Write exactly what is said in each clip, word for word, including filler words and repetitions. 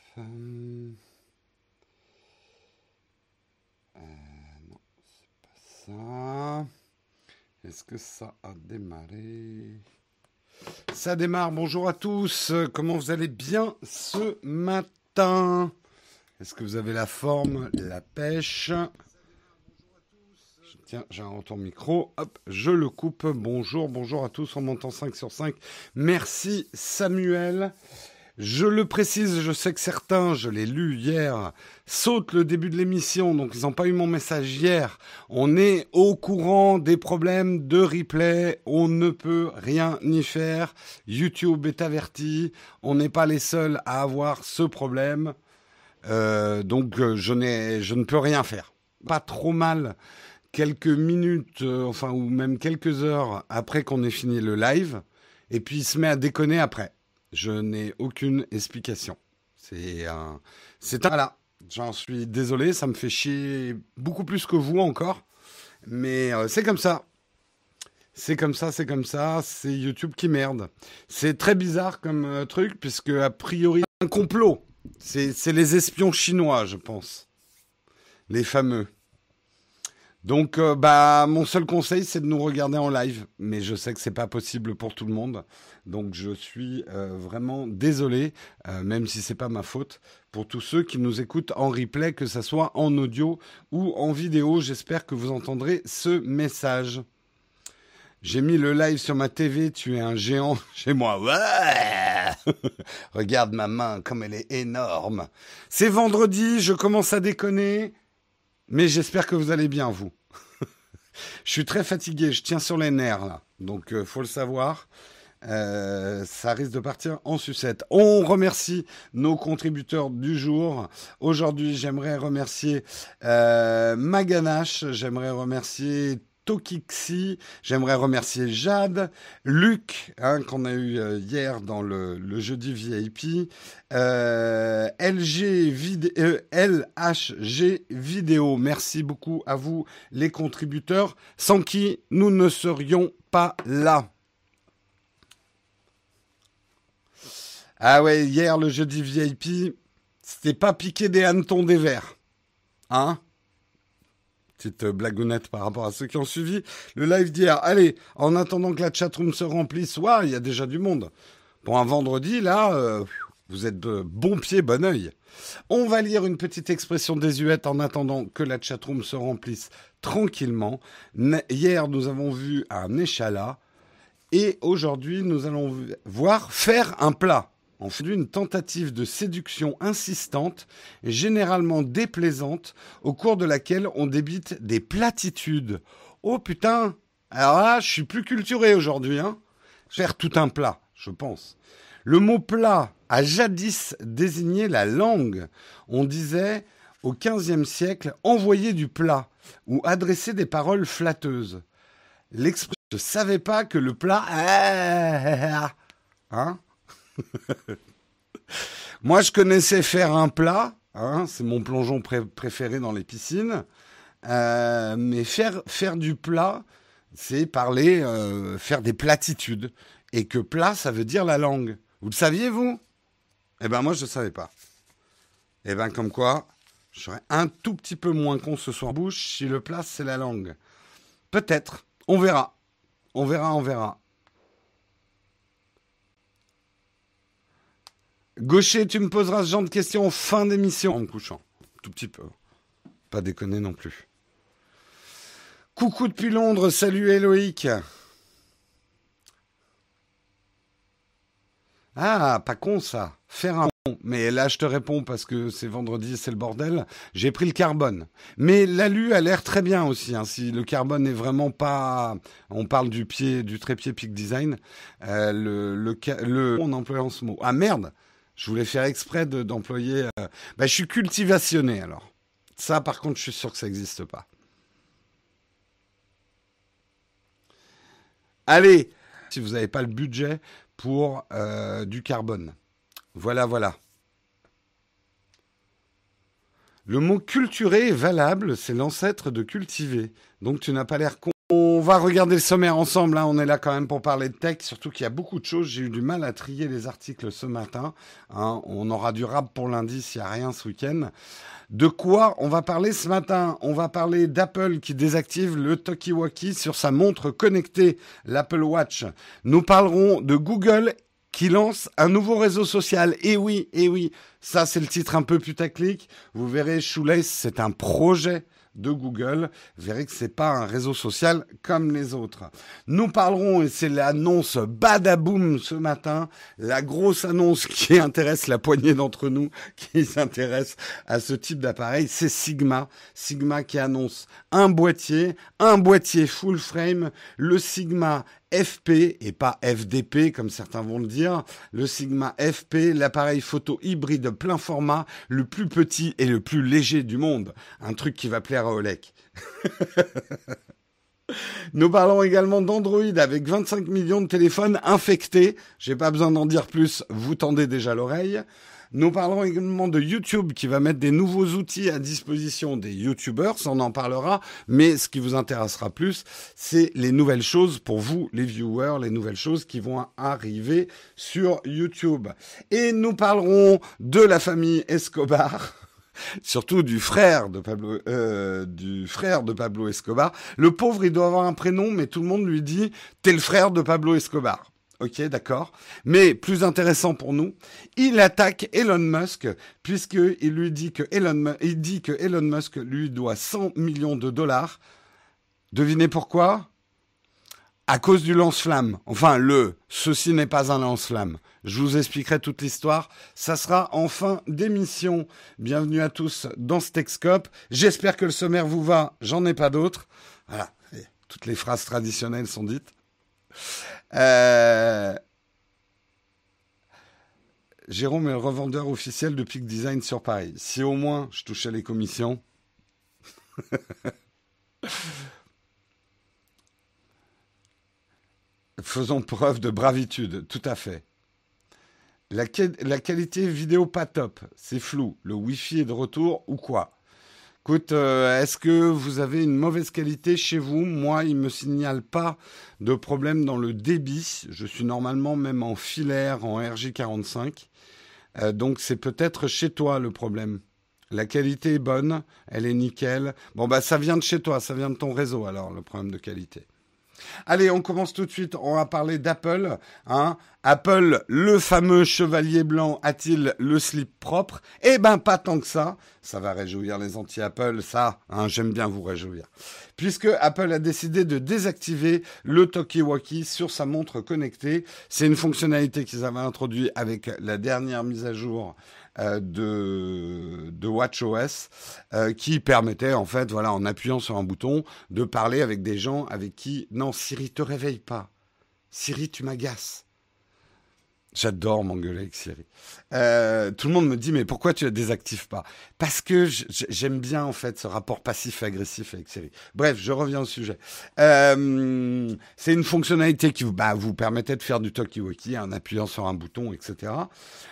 Hum. Euh, non, c'est pas ça. Est-ce que ça a démarré? Ça démarre. Bonjour à tous. Comment vous allez bien ce matin? Est-ce que vous avez la forme, la pêche? Tiens, j'ai un retour micro. Hop, je le coupe. Bonjour, bonjour à tous. On m'entend cinq sur cinq. Merci Samuel. Je le précise, je sais que certains, je l'ai lu hier, sautent le début de l'émission, donc ils n'ont pas eu mon message hier. On est au courant des problèmes de replay, on ne peut rien y faire. YouTube est averti, on n'est pas les seuls à avoir ce problème. Euh, donc euh, je, n'ai, je ne peux rien faire. Pas trop mal, quelques minutes, euh, enfin ou même quelques heures après qu'on ait fini le live, et puis il se met à déconner après. Je n'ai aucune explication. C'est un... C'est un... Voilà, j'en suis désolé, ça me fait chier beaucoup plus que vous encore. Mais euh, c'est comme ça. C'est comme ça, c'est comme ça. C'est YouTube qui merde. C'est très bizarre comme euh, truc, puisque a priori, un complot. C'est, c'est les espions chinois, je pense. Les fameux. Donc, euh, bah, mon seul conseil, c'est de nous regarder en live. Mais je sais que c'est pas possible pour tout le monde. Donc, je suis euh, vraiment désolé, euh, même si c'est pas ma faute, pour tous ceux qui nous écoutent en replay, que ça soit en audio ou en vidéo. J'espère que vous entendrez ce message. J'ai mis le live sur ma T V. Tu es un géant chez moi. Ouais. Regarde ma main, comme elle est énorme. C'est vendredi, je commence à déconner. Mais j'espère que vous allez bien, vous. Je suis très fatigué, je tiens sur les nerfs, là. Donc, euh, faut le savoir. Euh, ça risque de partir en sucette. On remercie nos contributeurs du jour. Aujourd'hui, j'aimerais remercier euh, Maganache, j'aimerais remercier Tokixi, j'aimerais remercier Jade, Luc, hein, qu'on a eu euh, hier dans le, le jeudi V I P, euh, L G vid- euh, L H G Vidéo. Merci beaucoup à vous, les contributeurs, sans qui nous ne serions pas là. Ah ouais, hier, le jeudi V I P, c'était pas piquer des hannetons des verres. Hein? Petite blagounette par rapport à ceux qui ont suivi le live d'hier. Allez, en attendant que la chatroom se remplisse, ouais, il y a déjà du monde. Pour un vendredi, là, euh, vous êtes de bon pied, bon oeil. On va lire une petite expression désuète en attendant que la chatroom se remplisse tranquillement. Hier, nous avons vu un échalas. Et aujourd'hui, nous allons voir faire un plat. En fait, une tentative de séduction insistante, généralement déplaisante, au cours de laquelle on débite des platitudes. Oh putain! Alors là, je suis plus culturé aujourd'hui, hein. Faire tout un plat, je pense. Le mot plat a jadis désigné la langue. On disait, au quinzième siècle, envoyer du plat ou adresser des paroles flatteuses. L'expression « je savais pas que le plat... » Hein? Moi, je connaissais faire un plat, hein, c'est mon plongeon pré- préféré dans les piscines, euh, mais faire, faire du plat, c'est parler, euh, faire des platitudes, et que plat, ça veut dire la langue. Vous le saviez, vous? Eh ben moi, je ne savais pas. Eh ben comme quoi, je serais un tout petit peu moins con ce soir bouche si le plat, c'est la langue. Peut-être, on verra. On verra, on verra. Gaucher, tu me poseras ce genre de questions en fin d'émission en me couchant. Tout petit peu. Pas déconner non plus. Coucou depuis Londres, salut Éloïc. Ah, pas con ça. Faire un pont. Mais là, je te réponds parce que c'est vendredi, c'est le bordel. J'ai pris le carbone. Mais l'alu a l'air très bien aussi. Hein. Si le carbone n'est vraiment pas... On parle du pied, du trépied Peak Design. Euh, le, le, le... On emploie en ce mot. Ah merde! Je voulais faire exprès de, d'employer... Euh... Bah, je suis cultivationné, alors. Ça, par contre, je suis sûr que ça n'existe pas. Allez, si vous n'avez pas le budget pour euh, du carbone. Voilà, voilà. Le mot culturer est valable, c'est l'ancêtre de cultiver. Donc, tu n'as pas l'air con. On va regarder le sommaire ensemble, hein. On est là quand même pour parler de tech, surtout qu'il y a beaucoup de choses. J'ai eu du mal à trier les articles ce matin, hein. On aura du rap pour lundi s'il n'y a rien ce week-end. De quoi on va parler ce matin? On va parler d'Apple qui désactive le talkie-walkie sur sa montre connectée, l'Apple Watch. Nous parlerons de Google qui lance un nouveau réseau social. Et oui, et oui, ça c'est le titre un peu putaclic. Vous verrez, Shoelace, c'est un projet de Google. Vous verrez que c'est pas un réseau social comme les autres. Nous parlerons, et c'est l'annonce badaboum ce matin, la grosse annonce qui intéresse la poignée d'entre nous, qui s'intéresse à ce type d'appareil, c'est Sigma. Sigma qui annonce un boîtier, un boîtier full frame, le Sigma F P et pas F D P comme certains vont le dire, le Sigma F P, l'appareil photo hybride plein format, le plus petit et le plus léger du monde. Un truc qui va plaire à Oleg. Nous parlons également d'Android avec vingt-cinq millions de téléphones infectés. J'ai pas besoin d'en dire plus, vous tendez déjà l'oreille. Nous parlerons également de YouTube qui va mettre des nouveaux outils à disposition des YouTubers, on en parlera, mais ce qui vous intéressera plus, c'est les nouvelles choses pour vous, les viewers, les nouvelles choses qui vont arriver sur YouTube. Et nous parlerons de la famille Escobar. Surtout du frère de Pablo, euh, du frère de Pablo Escobar. Le pauvre, il doit avoir un prénom, mais tout le monde lui dit « T'es le frère de Pablo Escobar ». Ok, d'accord. Mais plus intéressant pour nous, il attaque Elon Musk puisqu'il lui dit que Elon, il dit que Elon Musk lui doit cent millions de dollars. Devinez pourquoi? À cause du lance-flamme. Enfin, le « ceci n'est pas un lance-flamme ». Je vous expliquerai toute l'histoire. Ça sera en fin d'émission. Bienvenue à tous dans Stexcope. J'espère que le sommaire vous va. J'en ai pas d'autres. Voilà. Toutes les phrases traditionnelles sont dites. Euh... Jérôme est le revendeur officiel de Peak Design sur Paris. Si au moins je touchais les commissions. Faisons preuve de bravitude, tout à fait. La, la qualité vidéo pas top, c'est flou. Le Wi-Fi est de retour ou quoi? Écoute, euh, est-ce que vous avez une mauvaise qualité chez vous? Moi, il ne me signale pas de problème dans le débit. Je suis normalement même en filaire, en R J quarante-cinq. Euh, donc, c'est peut-être chez toi le problème. La qualité est bonne, elle est nickel. Bon, bah ça vient de chez toi, ça vient de ton réseau alors, le problème de qualité. Allez, on commence tout de suite. On va parler d'Apple. Hein. Apple, le fameux chevalier blanc, a-t-il le slip propre? Eh ben, pas tant que ça. Ça va réjouir les anti-Apple, ça. Hein, j'aime bien vous réjouir. Puisque Apple a décidé de désactiver le talkie-walkie sur sa montre connectée. C'est une fonctionnalité qu'ils avaient introduite avec la dernière mise à jour Euh, de, de WatchOS euh, qui permettait en fait, voilà, en appuyant sur un bouton, de parler avec des gens avec qui... Non, Siri, te réveille pas. Siri, tu m'agaces. J'adore m'engueuler avec Siri. Euh, tout le monde me dit, mais pourquoi tu la désactives pas? Parce que j'aime bien, en fait, ce rapport passif-agressif avec Siri. Bref, je reviens au sujet. Euh, c'est une fonctionnalité qui bah, vous permettait de faire du talkie-walkie en appuyant sur un bouton, et cetera.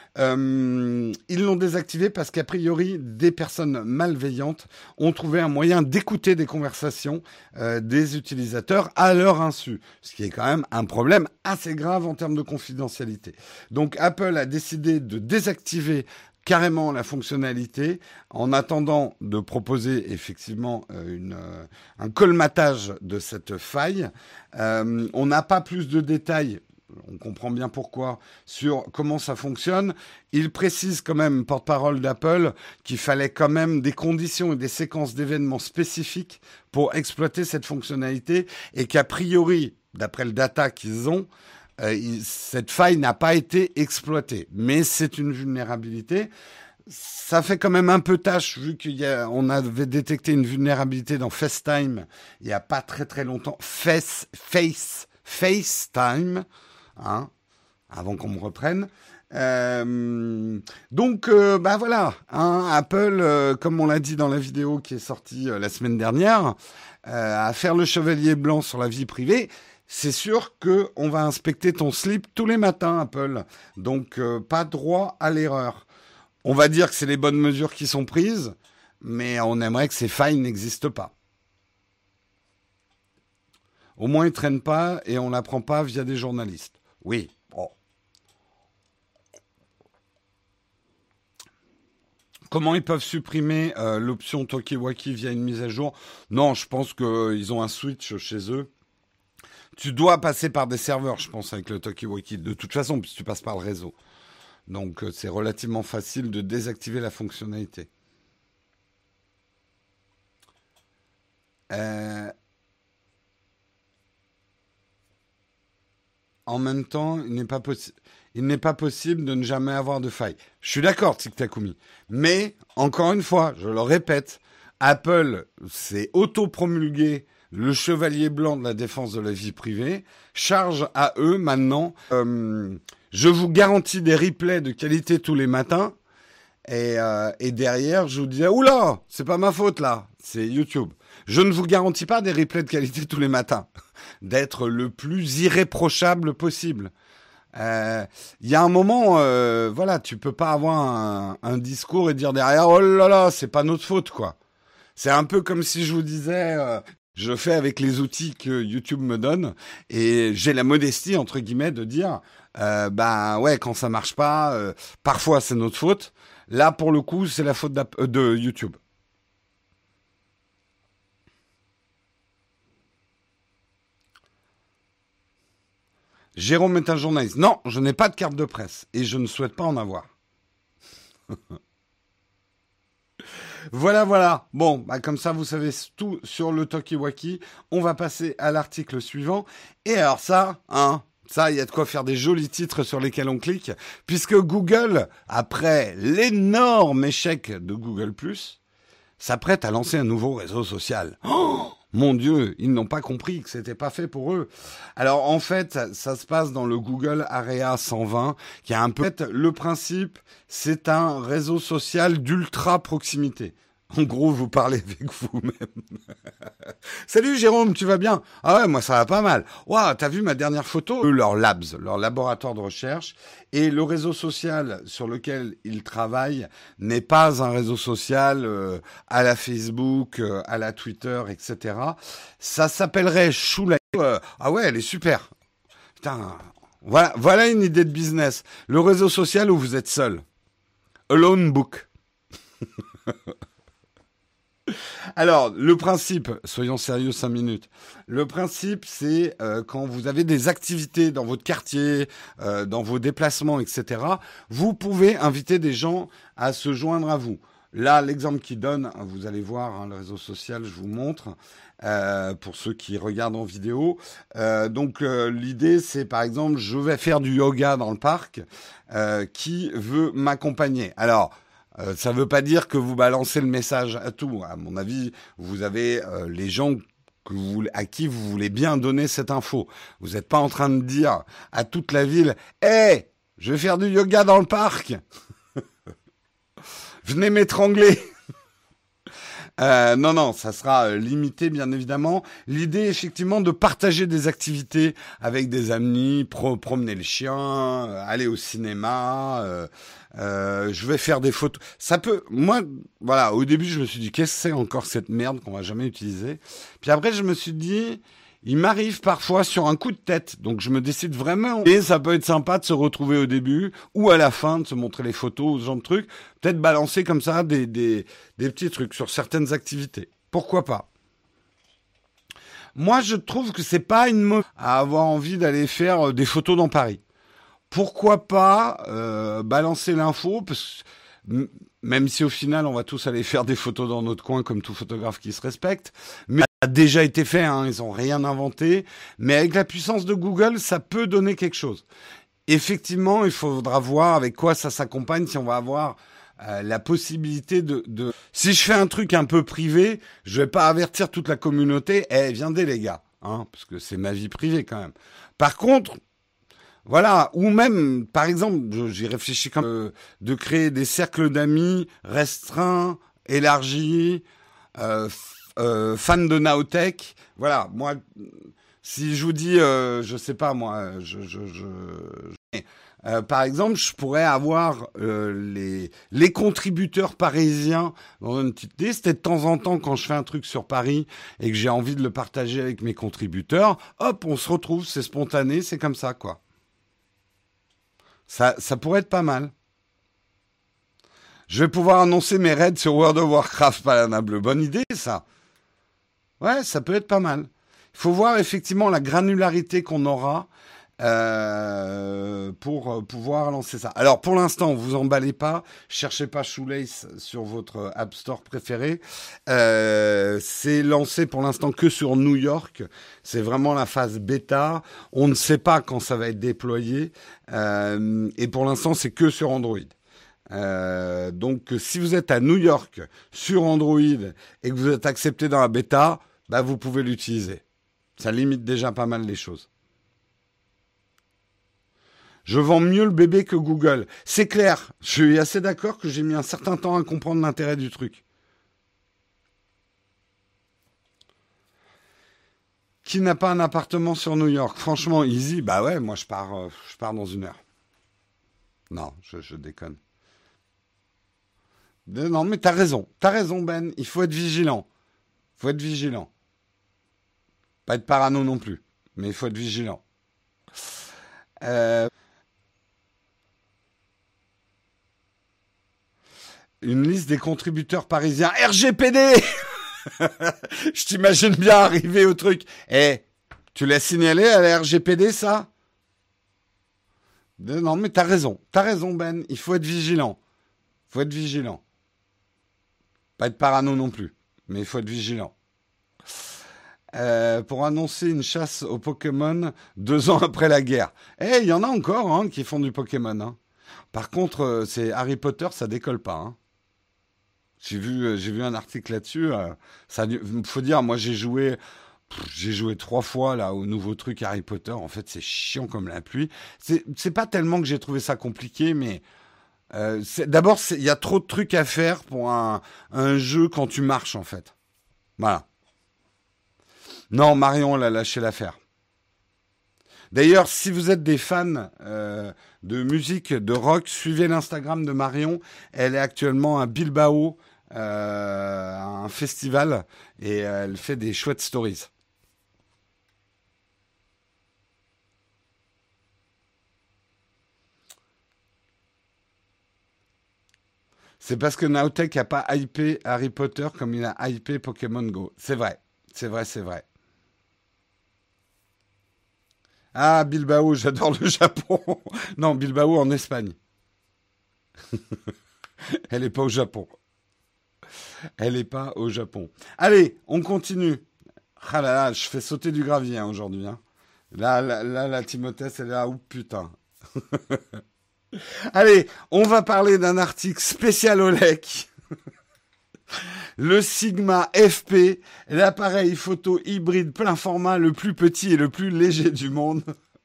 Euh, ils l'ont désactivé parce qu'a priori, des personnes malveillantes ont trouvé un moyen d'écouter des conversations euh, des utilisateurs à leur insu, ce qui est quand même un problème assez grave en termes de confidentialité. Donc Apple a décidé de désactiver carrément la fonctionnalité en attendant de proposer effectivement euh, une, euh, un colmatage de cette faille. Euh, on n'a pas plus de détails. On comprend bien pourquoi, sur comment ça fonctionne. Il précise quand même, porte-parole d'Apple, qu'il fallait quand même des conditions et des séquences d'événements spécifiques pour exploiter cette fonctionnalité et qu'a priori, d'après le data qu'ils ont, euh, il, cette faille n'a pas été exploitée. Mais c'est une vulnérabilité. Ça fait quand même un peu tâche, vu qu'on avait détecté une vulnérabilité dans FaceTime il n'y a pas très très longtemps. Face, face, FaceTime. Hein, avant qu'on me reprenne. Euh, donc, euh, bah voilà, hein, Apple, euh, comme on l'a dit dans la vidéo qui est sortie euh, la semaine dernière, euh, à faire le chevalier blanc sur la vie privée. C'est sûr qu'on va inspecter ton slip tous les matins, Apple. Donc, euh, pas droit à l'erreur. On va dire que c'est les bonnes mesures qui sont prises, mais on aimerait que ces failles n'existent pas. Au moins, il traîne pas et on l'apprend pas via des journalistes. Oui, bon. Comment ils peuvent supprimer euh, l'option Talkie-Walkie via une mise à jour? Non, je pense qu'ils ont un switch chez eux. Tu dois passer par des serveurs, je pense, avec le Talkie-Walkie. De toute façon, puisque tu passes par le réseau. Donc, euh, c'est relativement facile de désactiver la fonctionnalité. Euh, en même temps, il n'est pas possible. Il n'est pas possible de ne jamais avoir de faille. Je suis d'accord, Tic Takumi. Mais, encore une fois, je le répète, Apple s'est auto-promulgué le chevalier blanc de la défense de la vie privée. Charge à eux maintenant. Euh, je vous garantis des replays de qualité tous les matins. Et, euh, et derrière, je vous dis, oula, c'est pas ma faute là, c'est YouTube. Je ne vous garantis pas des replays de qualité tous les matins. D'être le plus irréprochable possible. Il euh, y a un moment, euh, voilà, tu peux pas avoir un, un discours et dire derrière, oh là là, c'est pas notre faute, quoi. C'est un peu comme si je vous disais, euh, je fais avec les outils que YouTube me donne et j'ai la modestie, entre guillemets, de dire, euh, bah ouais, quand ça marche pas, euh, parfois c'est notre faute. Là, pour le coup, c'est la faute euh, de YouTube. Jérôme est un journaliste. Non, je n'ai pas de carte de presse et je ne souhaite pas en avoir. Voilà, voilà. Bon, bah comme ça, vous savez tout sur le Talkie-Walkie. On va passer à l'article suivant. Et alors ça, hein, ça, il y a de quoi faire des jolis titres sur lesquels on clique, puisque Google, après l'énorme échec de Google plus, s'apprête à lancer un nouveau réseau social. Oh, mon Dieu, ils n'ont pas compris que c'était pas fait pour eux. Alors en fait, ça, ça se passe dans le Google Area cent vingt, qui a un peu... En fait, le principe, c'est un réseau social d'ultra proximité. En gros, vous parlez avec vous-même. Salut Jérôme, tu vas bien? Ah ouais, moi ça va pas mal. Waouh, t'as vu ma dernière photo? Eux, leur labs, leur laboratoire de recherche. Et le réseau social sur lequel ils travaillent n'est pas un réseau social euh, à la Facebook, euh, à la Twitter, et cetera. Ça s'appellerait Choula. Euh, ah ouais, elle est super. Putain, voilà, voilà une idée de business. Le réseau social où vous êtes seul. Alone Book. Alors, le principe, soyons sérieux cinq minutes, le principe c'est euh, quand vous avez des activités dans votre quartier, euh, dans vos déplacements, et cetera, vous pouvez inviter des gens à se joindre à vous. Là, l'exemple qu'il donne, vous allez voir, hein, le réseau social, je vous montre, euh, pour ceux qui regardent en vidéo. Euh, donc, euh, l'idée, c'est par exemple, je vais faire du yoga dans le parc, euh, qui veut m'accompagner? Alors, Euh, ça ne veut pas dire que vous balancez le message à tout. À mon avis, vous avez euh, les gens que vous, à qui vous voulez bien donner cette info. Vous n'êtes pas en train de dire à toute la ville « Hé, je vais faire du yoga dans le parc. Venez m'étrangler !» Euh, non, non, ça sera euh, limité, bien évidemment. L'idée, effectivement, de partager des activités avec des amis, pro promener le chien, euh, aller au cinéma. Euh, euh, je vais faire des photos. Ça peut, moi, voilà. Au début, je me suis dit, qu'est-ce que c'est encore cette merde qu'on va jamais utiliser. Puis après, je me suis dit, il m'arrive parfois sur un coup de tête, donc je me décide vraiment. Et ça peut être sympa de se retrouver au début ou à la fin, de se montrer les photos, ce genre de trucs. Peut-être balancer comme ça des, des, des petits trucs sur certaines activités. Pourquoi pas? Moi, je trouve que c'est pas une mauvaise à avoir envie d'aller faire des photos dans Paris. Pourquoi pas euh, balancer l'info, parce que même si au final on va tous aller faire des photos dans notre coin comme tout photographe qui se respecte, mais ça a déjà été fait, hein, ils n'ont rien inventé, mais avec la puissance de Google, ça peut donner quelque chose. Effectivement, il faudra voir avec quoi ça s'accompagne, si on va avoir euh, la possibilité de, de... Si je fais un truc un peu privé, je vais pas avertir toute la communauté, eh, viendez les gars, hein, parce que c'est ma vie privée quand même. Par contre, voilà, ou même, par exemple, j'y réfléchis comme euh, de créer des cercles d'amis restreints, élargis, euh, euh, fans de Naotech. Voilà, moi, si je vous dis, euh, je sais pas moi, je, je, je, je Euh, par exemple, je pourrais avoir euh, les, les contributeurs parisiens dans une petite liste. Et de temps en temps, quand je fais un truc sur Paris et que j'ai envie de le partager avec mes contributeurs, hop, on se retrouve, c'est spontané, c'est comme ça, quoi. Ça, ça pourrait être pas mal. Je vais pouvoir annoncer mes raids sur World of Warcraft, Palana Bleu. Bonne idée, ça. Ouais, ça peut être pas mal. Il faut voir effectivement la granularité qu'on aura euh, pour euh, pouvoir lancer ça. Alors, pour l'instant, vous emballez pas. Cherchez pas Shoelace sur votre App Store préféré. Euh, c'est lancé pour l'instant que sur New York. C'est vraiment la phase bêta. On ne sait pas quand ça va être déployé. Euh, et pour l'instant, c'est que sur Android. Euh, donc, si vous êtes à New York sur Android et que vous êtes accepté dans la bêta, bah, vous pouvez l'utiliser. Ça limite déjà pas mal les choses. Je vends mieux le bébé que Google. C'est clair. Je suis assez d'accord que j'ai mis un certain temps à comprendre l'intérêt du truc. Qui n'a pas un appartement sur New York? Franchement, easy. Bah ouais, moi je pars, euh, je pars dans une heure. Non, je, je déconne. Non, mais t'as raison. T'as raison, Ben. Il faut être vigilant. Il faut être vigilant. Pas être parano non plus. Mais il faut être vigilant. Euh, une liste des contributeurs parisiens. R G P D. Je t'imagine bien arriver au truc. Eh, tu l'as signalé à la R G P D, ça? Non, mais t'as raison. T'as raison, Ben. Il faut être vigilant. Il faut être vigilant. Pas être parano non plus. Mais il faut être vigilant. Euh, pour annoncer une chasse aux Pokémon deux ans après la guerre. Eh, il y en a encore hein, qui font du Pokémon. Hein. Par contre, euh, c'est Harry Potter, ça décolle pas. Hein. J'ai vu, euh, j'ai vu un article là-dessus. Euh, ça, faut dire, moi j'ai joué, pff, j'ai joué trois fois là au nouveau truc Harry Potter. En fait, c'est chiant comme la pluie. C'est, c'est pas tellement que j'ai trouvé ça compliqué, mais euh, c'est, d'abord, il y a trop de trucs à faire pour un, un jeu quand tu marches en fait. Voilà. Non, Marion, elle a lâché l'affaire. D'ailleurs, si vous êtes des fans euh, de musique, de rock, suivez l'Instagram de Marion. Elle est actuellement à Bilbao, euh, à un festival, et elle fait des chouettes stories. C'est parce que Nowtech n'a pas hypé Harry Potter comme il a hypé Pokémon Go. C'est vrai, c'est vrai, c'est vrai. Ah, Bilbao, j'adore le Japon. Non, Bilbao en Espagne. Elle n'est pas au Japon. Elle n'est pas au Japon. Allez, on continue. Ah là là, je fais sauter du gravier hein, aujourd'hui. Hein. Là, là, là, la Timothée, elle est là. Oh putain. Allez, on va parler d'un article spécial O L E C. Le Sigma F P, l'appareil photo hybride plein format le plus petit et le plus léger du monde.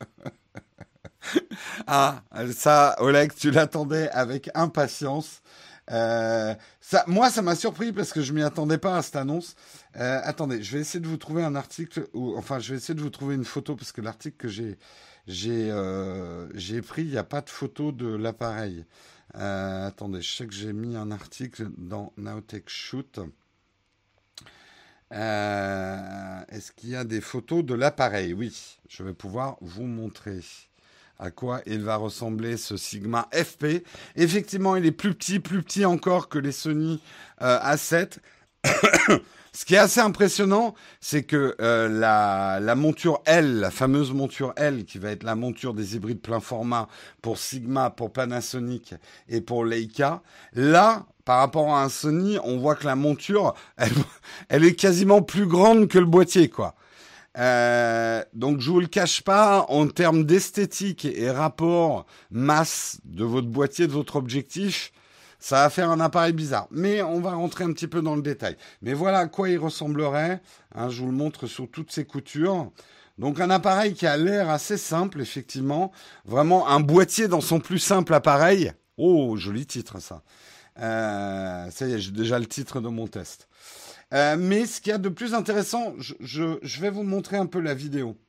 Ah, ça, Oleg, tu l'attendais avec impatience. Euh, ça, moi, ça m'a surpris parce que je m'y attendais pas à cette annonce. Euh, attendez, je vais essayer de vous trouver un article, ou enfin, je vais essayer de vous trouver une photo parce que l'article que j'ai j'ai euh, j'ai pris, il n'y a pas de photo de l'appareil. Euh, attendez, je sais que j'ai mis un article dans Nowtech Shoot. Euh, est-ce qu'il y a des photos de l'appareil? Oui, je vais pouvoir vous montrer à quoi il va ressembler ce Sigma F P. Effectivement, il est plus petit, plus petit encore que les Sony euh, A sept. Ce qui est assez impressionnant, c'est que euh, la, la monture L, la fameuse monture L, qui va être la monture des hybrides plein format pour Sigma, pour Panasonic et pour Leica, là, par rapport à un Sony, on voit que la monture, elle, elle est quasiment plus grande que le boîtier, quoi. Euh, donc je vous le cache pas, en termes d'esthétique et rapport masse de votre boîtier, de votre objectif, ça va faire un appareil bizarre. Mais on va rentrer un petit peu dans le détail. Mais voilà à quoi il ressemblerait. Hein, je vous le montre sur toutes ses coutures. Donc un appareil qui a l'air assez simple, effectivement. Vraiment un boîtier dans son plus simple appareil. Oh, joli titre ça. Euh, ça y est, j'ai déjà le titre de mon test. Euh, mais ce qu'il y a de plus intéressant, je, je, je vais vous montrer un peu la vidéo.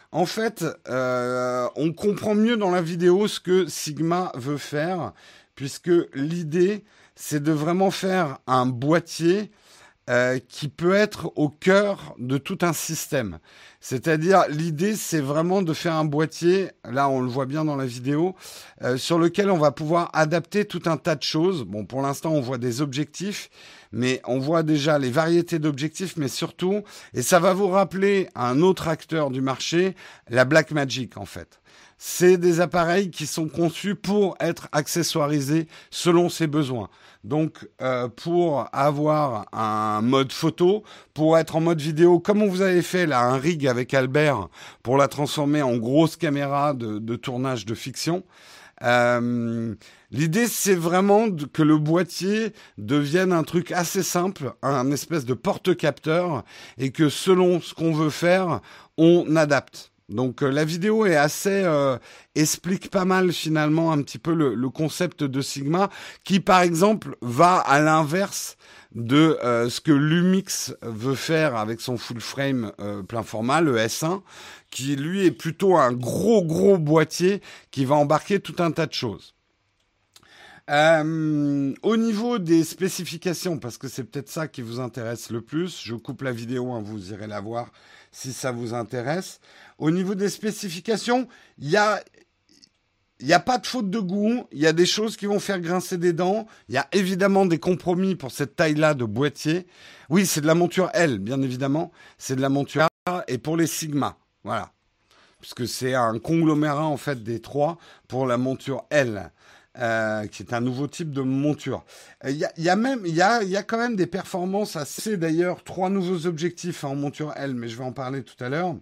En fait, euh, on comprend mieux dans la vidéo ce que Sigma veut faire, puisque l'idée, c'est de vraiment faire un boîtier euh, qui peut être au cœur de tout un système. C'est-à-dire, l'idée, c'est vraiment de faire un boîtier, là on le voit bien dans la vidéo, euh, sur lequel on va pouvoir adapter tout un tas de choses. Bon, pour l'instant, on voit des objectifs, mais on voit déjà les variétés d'objectifs, mais surtout, et ça va vous rappeler un autre acteur du marché, la Blackmagic en fait. C'est des appareils qui sont conçus pour être accessoirisés selon ses besoins. Donc, euh, pour avoir un mode photo, pour être en mode vidéo, comme on vous avait fait là, un rig avec Albert, pour la transformer en grosse caméra de, de tournage de fiction. Euh, l'idée, c'est vraiment de, que le boîtier devienne un truc assez simple, un espèce de porte-capteur, et que selon ce qu'on veut faire, on adapte. Donc euh, la vidéo est assez euh, explique pas mal finalement un petit peu le, le concept de Sigma, qui par exemple va à l'inverse de euh, ce que Lumix veut faire avec son full frame euh, plein format, le S un, qui lui est plutôt un gros gros boîtier qui va embarquer tout un tas de choses. Euh, au niveau des spécifications, parce que c'est peut-être ça qui vous intéresse le plus, je coupe la vidéo, hein, vous irez la voir si ça vous intéresse. Au niveau des spécifications, il y a, il n'y a pas de faute de goût, il y a des choses qui vont faire grincer des dents, il y a évidemment des compromis pour cette taille-là de boîtier. Oui, c'est de la monture L, bien évidemment, c'est de la monture A et pour les Sigma, voilà. Puisque c'est un conglomérat en fait des trois pour la monture L. Euh, qui est un nouveau type de monture. Il y a, y a même, il y a, y a quand même des performances assez. D'ailleurs, trois nouveaux objectifs en monture L, mais je vais en parler tout à l'heure.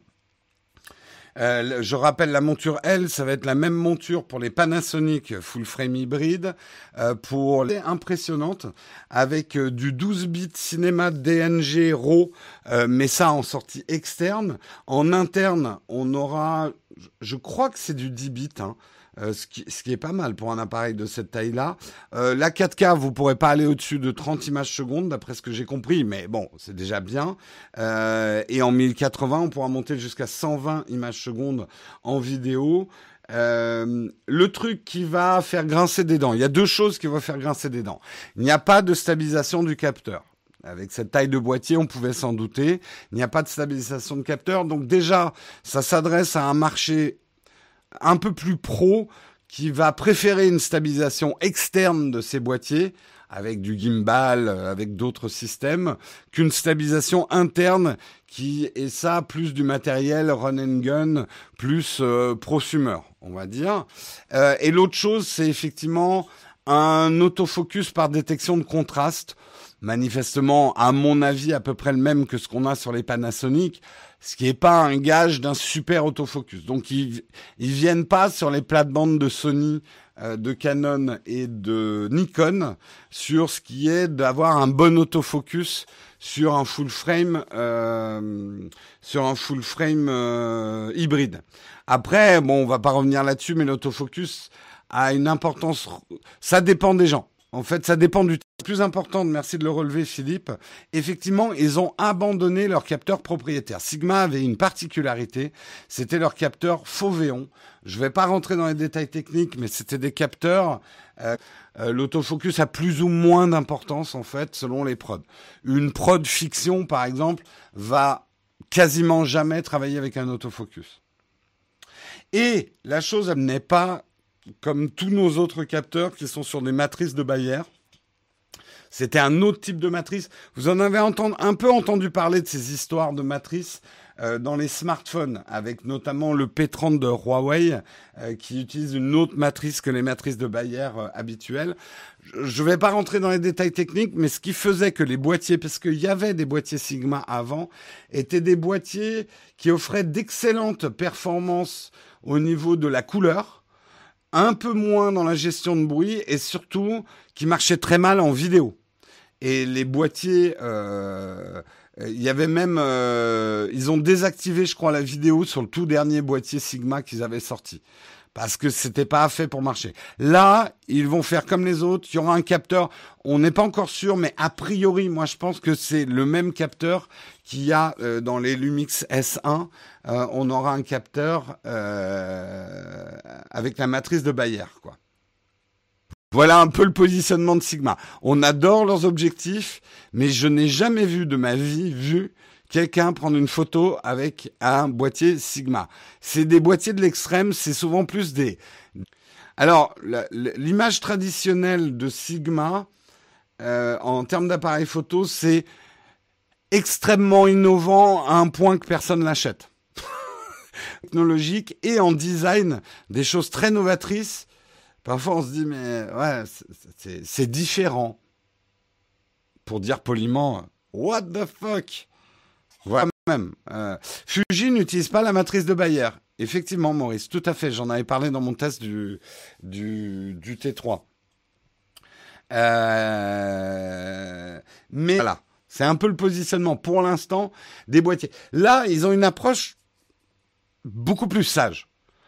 Euh, je rappelle, la monture L, ça va être la même monture pour les Panasonic full frame hybride, euh, pour les impressionnantes, avec euh, du douze bits cinéma D N G RAW, euh, mais ça en sortie externe. En interne, on aura, je crois que c'est du dix bits, hein. Euh, ce, qui, ce qui est pas mal pour un appareil de cette taille-là. Euh, la quatre K, vous pourrez pas aller au-dessus de trente images secondes, d'après ce que j'ai compris, mais bon, c'est déjà bien. Euh, et en mille quatre-vingts, on pourra monter jusqu'à cent vingt images secondes en vidéo. Euh, le truc qui va faire grincer des dents, il y a deux choses qui vont faire grincer des dents. Il n'y a pas de stabilisation du capteur. Avec cette taille de boîtier, on pouvait s'en douter. Il n'y a pas de stabilisation de capteur. Donc déjà, ça s'adresse à un marché un peu plus pro, qui va préférer une stabilisation externe de ses boîtiers, avec du gimbal, avec d'autres systèmes, qu'une stabilisation interne qui est ça, plus du matériel run and gun, plus euh, prosumer, on va dire. Euh, et l'autre chose, c'est effectivement un autofocus par détection de contraste, manifestement, à mon avis, à peu près le même que ce qu'on a sur les Panasonic, ce qui n'est pas un gage d'un super autofocus. Donc, ils ils viennent pas sur les plates-bandes de Sony, euh, de Canon et de Nikon sur ce qui est d'avoir un bon autofocus sur un full frame, euh, sur un full frame euh, hybride. Après, bon, on va pas revenir là-dessus, mais l'autofocus a une importance. Ça dépend des gens. En fait, ça dépend du plus important. Merci de le relever, Philippe. Effectivement, ils ont abandonné leur capteur propriétaire. Sigma avait une particularité, c'était leur capteur Foveon. Je ne vais pas rentrer dans les détails techniques, mais c'était des capteurs. Euh, euh, l'autofocus a plus ou moins d'importance, en fait, selon les prods. Une prod fiction, par exemple, va quasiment jamais travailler avec un autofocus. Et la chose, elle n'est pas comme tous nos autres capteurs qui sont sur des matrices de Bayer. C'était un autre type de matrice. Vous en avez entendu, un peu entendu parler de ces histoires de matrices euh, dans les smartphones, avec notamment le P trente de Huawei, euh, qui utilise une autre matrice que les matrices de Bayer euh, habituelles. Je ne vais pas rentrer dans les détails techniques, mais ce qui faisait que les boîtiers, parce qu'il y avait des boîtiers Sigma avant, étaient des boîtiers qui offraient d'excellentes performances au niveau de la couleur, un peu moins dans la gestion de bruit et surtout qui marchait très mal en vidéo. Et les boîtiers, euh, il y avait même, euh, ils ont désactivé, je crois, la vidéo sur le tout dernier boîtier Sigma qu'ils avaient sorti. parce que c'était pas fait pour marcher. Là, ils vont faire comme les autres. Il y aura un capteur. On n'est pas encore sûr, mais a priori, moi, je pense que c'est le même capteur qu'il y a euh, dans les Lumix S un. Euh, on aura un capteur euh, avec la matrice de Bayer, quoi. Voilà un peu le positionnement de Sigma. On adore leurs objectifs, mais je n'ai jamais vu de ma vie vu quelqu'un prendre une photo avec un boîtier Sigma. C'est des boîtiers de l'extrême, c'est souvent plus des... Alors, la, l'image traditionnelle de Sigma, euh, en termes d'appareil photo, c'est extrêmement innovant à un point que personne l'achète. Technologique et en design, des choses très novatrices. Parfois, on se dit, mais ouais, c'est, c'est, c'est différent. Pour dire poliment, what the fuck? Voilà même. Euh, Fuji n'utilise pas la matrice de Bayer. Effectivement, Maurice, tout à fait. J'en avais parlé dans mon test du, du, du T trois. Euh, mais voilà, c'est un peu le positionnement pour l'instant des boîtiers. Là, ils ont une approche beaucoup plus sage.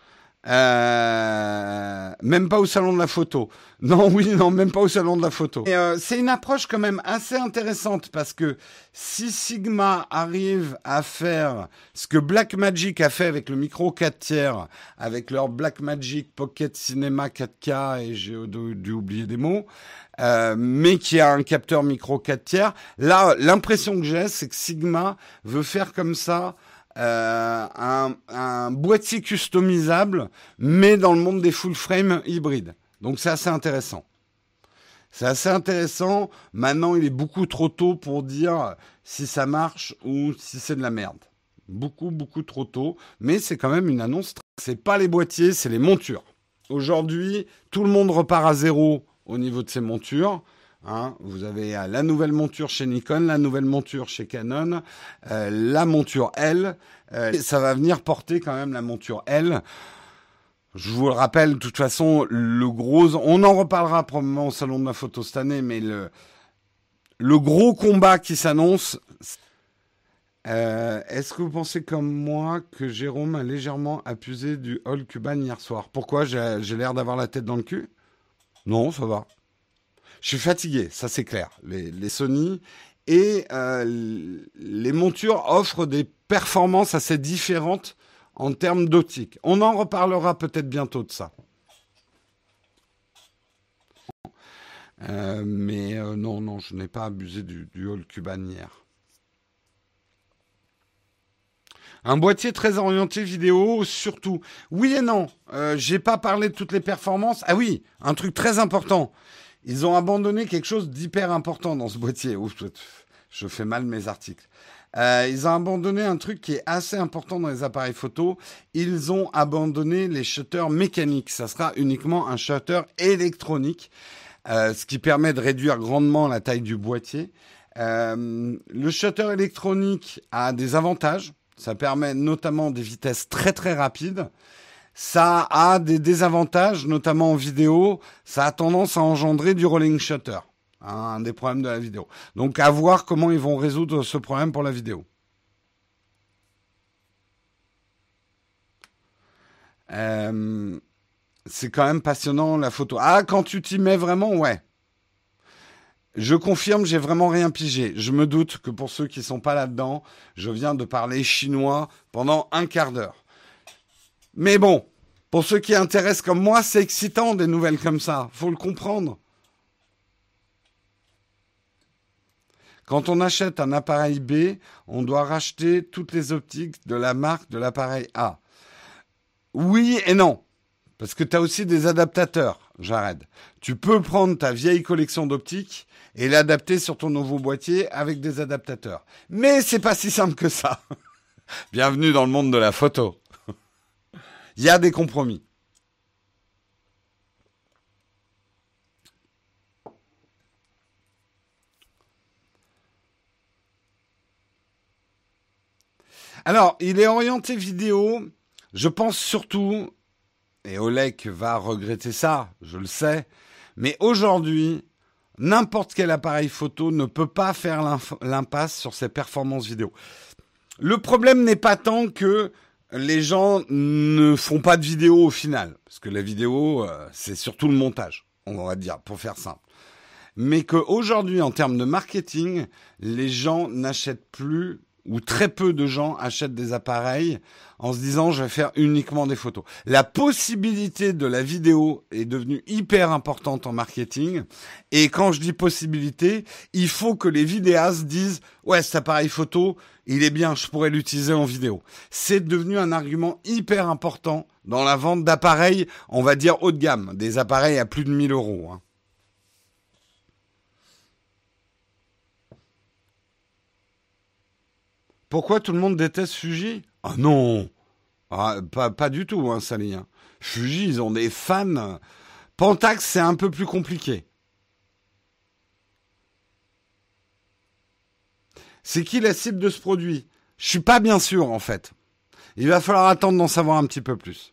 Euh, même pas au salon de la photo. Non, oui, non, même pas au salon de la photo. Et, euh, c'est une approche quand même assez intéressante parce que si Sigma arrive à faire ce que Blackmagic a fait avec le micro quatre tiers, avec leur Blackmagic Pocket Cinema quatre K, et j'ai dû oublier des mots, euh, mais qui a un capteur micro quatre tiers, là, l'impression que j'ai, c'est que Sigma veut faire comme ça Euh, un, un boîtier customisable, mais dans le monde des full frame hybrides. Donc c'est assez intéressant. C'est assez intéressant. Maintenant, il est beaucoup trop tôt pour dire si ça marche ou si c'est de la merde. Beaucoup, beaucoup trop tôt. Mais c'est quand même une annonce. C'est pas les boîtiers, c'est les montures. Aujourd'hui, tout le monde repart à zéro au niveau de ses montures. Hein, vous avez euh, la nouvelle monture chez Nikon, la nouvelle monture chez Canon, euh, la monture L. Euh, ça va venir porter quand même la monture L. Je vous le rappelle, de toute façon, le gros... On en reparlera probablement au Salon de la Photo cette année, mais le, le gros combat qui s'annonce... Euh, est-ce que vous pensez comme moi que Jérôme a légèrement abusé du Hall Cuban hier soir? Pourquoi? J'ai, j'ai l'air d'avoir la tête dans le cul? Non, ça va. Je suis fatigué, ça c'est clair. Les, les Sony et euh, les montures offrent des performances assez différentes en termes d'optique. On en reparlera peut-être bientôt de ça. Euh, mais euh, non, non, je n'ai pas abusé du, du Hall Cuban hier. Un boîtier très orienté vidéo, surtout. Oui et non. Euh, j'ai pas parlé de toutes les performances. Ah oui, un truc très important. Ils ont abandonné quelque chose d'hyper important dans ce boîtier. Ouf, je fais mal mes articles. Euh, ils ont abandonné un truc qui est assez important dans les appareils photo. Ils ont abandonné les shutters mécaniques. Ça sera uniquement un shutter électronique, euh, ce qui permet de réduire grandement la taille du boîtier. Euh, le shutter électronique a des avantages. Ça permet notamment des vitesses très très rapides. Ça a des désavantages, notamment en vidéo. Ça a tendance à engendrer du rolling shutter, hein, un des problèmes de la vidéo. Donc, à voir comment ils vont résoudre ce problème pour la vidéo. Euh, c'est quand même passionnant, la photo. Ah, quand tu t'y mets vraiment, ouais. Je confirme, j'ai vraiment rien pigé. Je me doute que pour ceux qui sont pas là-dedans, je viens de parler chinois pendant un quart d'heure. Mais bon, pour ceux qui intéressent comme moi, c'est excitant des nouvelles comme ça. Faut le comprendre. Quand on achète un appareil B, on doit racheter toutes les optiques de la marque de l'appareil A. Oui et non. Parce que tu as aussi des adaptateurs, Jared. Tu peux prendre ta vieille collection d'optiques et l'adapter sur ton nouveau boîtier avec des adaptateurs. Mais c'est pas si simple que ça. Bienvenue dans le monde de la photo. Il y a des compromis. Alors, il est orienté vidéo. Je pense surtout, et Oleg va regretter ça, je le sais, mais aujourd'hui, n'importe quel appareil photo ne peut pas faire l'impasse sur ses performances vidéo. Le problème n'est pas tant que les gens ne font pas de vidéo au final. Parce que la vidéo, euh, c'est surtout le montage, on va dire, pour faire simple. Mais qu'aujourd'hui, en termes de marketing, les gens n'achètent plus, ou très peu de gens achètent des appareils en se disant je vais faire uniquement des photos. La possibilité de la vidéo est devenue hyper importante en marketing. Et quand je dis possibilité, il faut que les vidéastes disent ouais, cet appareil photo, il est bien, je pourrais l'utiliser en vidéo. C'est devenu un argument hyper important dans la vente d'appareils, on va dire haut de gamme, des appareils à plus de mille euros. Hein. Pourquoi tout le monde déteste Fuji? Ah non, ah, pas, pas du tout, hein, Sally. Hein. Fuji, ils ont des fans. Pentax, c'est un peu plus compliqué. C'est qui la cible de ce produit? Je suis pas bien sûr, en fait. Il va falloir attendre d'en savoir un petit peu plus.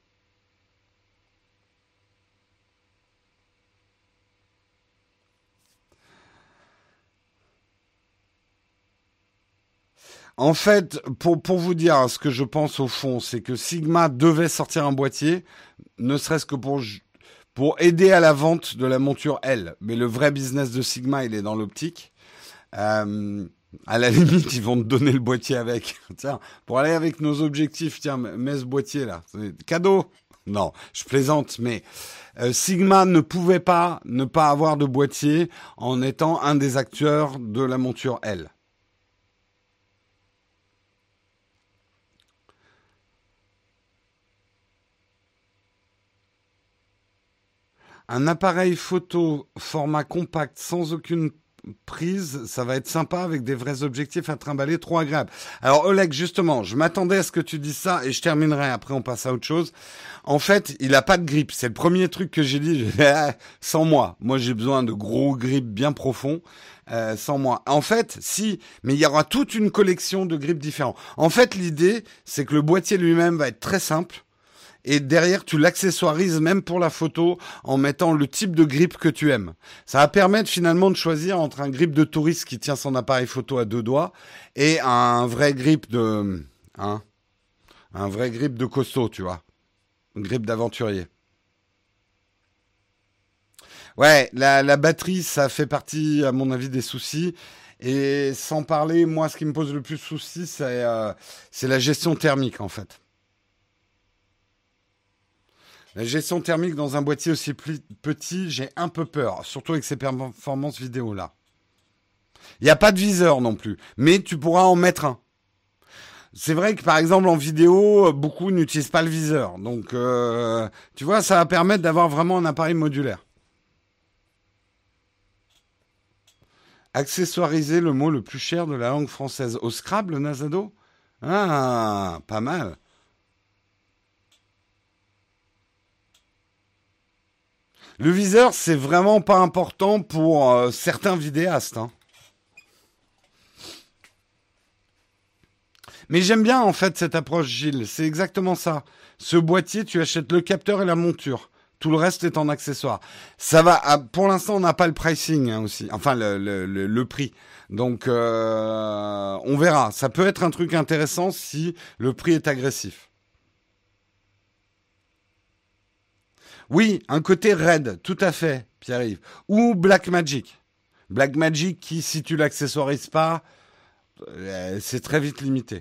En fait, pour, pour vous dire ce que je pense au fond, c'est que Sigma devait sortir un boîtier, ne serait-ce que pour, pour aider à la vente de la monture L. Mais le vrai business de Sigma, il est dans l'optique. Euh, à la limite, ils vont te donner le boîtier avec. Tiens, pour aller avec nos objectifs, tiens, mets ce boîtier là. Cadeau. Non, je plaisante, mais euh, Sigma ne pouvait pas ne pas avoir de boîtier en étant un des acteurs de la monture L. Un appareil photo format compact sans aucune prise, ça va être sympa avec des vrais objectifs à trimballer, trop agréable. Alors Oleg, justement, je m'attendais à ce que tu dises ça et je terminerai, après on passe à autre chose. En fait, il a pas de grip, c'est le premier truc que j'ai dit, sans moi. Moi j'ai besoin de gros grips bien profonds. Euh, sans moi. En fait, si, mais il y aura toute une collection de grips différents. En fait, l'idée, c'est que le boîtier lui-même va être très simple. Et derrière, tu l'accessoirises même pour la photo en mettant le type de grip que tu aimes. Ça va permettre finalement de choisir entre un grip de touriste qui tient son appareil photo à deux doigts et un vrai grip de, hein, un vrai grip de costaud, tu vois. Un grip d'aventurier. Ouais, la, la batterie, ça fait partie, à mon avis, des soucis. Et sans parler, moi, ce qui me pose le plus de soucis, c'est euh, c'est la gestion thermique, en fait. La gestion thermique dans un boîtier aussi pli- petit, j'ai un peu peur, surtout avec ces performances vidéo là. Il n'y a pas de viseur non plus, mais tu pourras en mettre un. C'est vrai que par exemple en vidéo, beaucoup n'utilisent pas le viseur, donc euh, tu vois, ça va permettre d'avoir vraiment un appareil modulaire. Accessoiriser le mot le plus cher de la langue française. Au Scrabble, Nazado? Ah, pas mal. Le viseur, c'est vraiment pas important pour euh, certains vidéastes. Hein. Mais j'aime bien en fait cette approche, Gilles. C'est exactement ça. Ce boîtier, tu achètes le capteur et la monture. Tout le reste est en accessoire. Ça va. Ah, pour l'instant, on n'a pas le pricing hein, aussi. Enfin, le, le, le, le prix. Donc, euh, on verra. Ça peut être un truc intéressant si le prix est agressif. Oui, un côté raid, tout à fait, Pierre-Yves. Ou Blackmagic. Blackmagic qui, si tu l'accessoirises pas, euh, c'est très vite limité.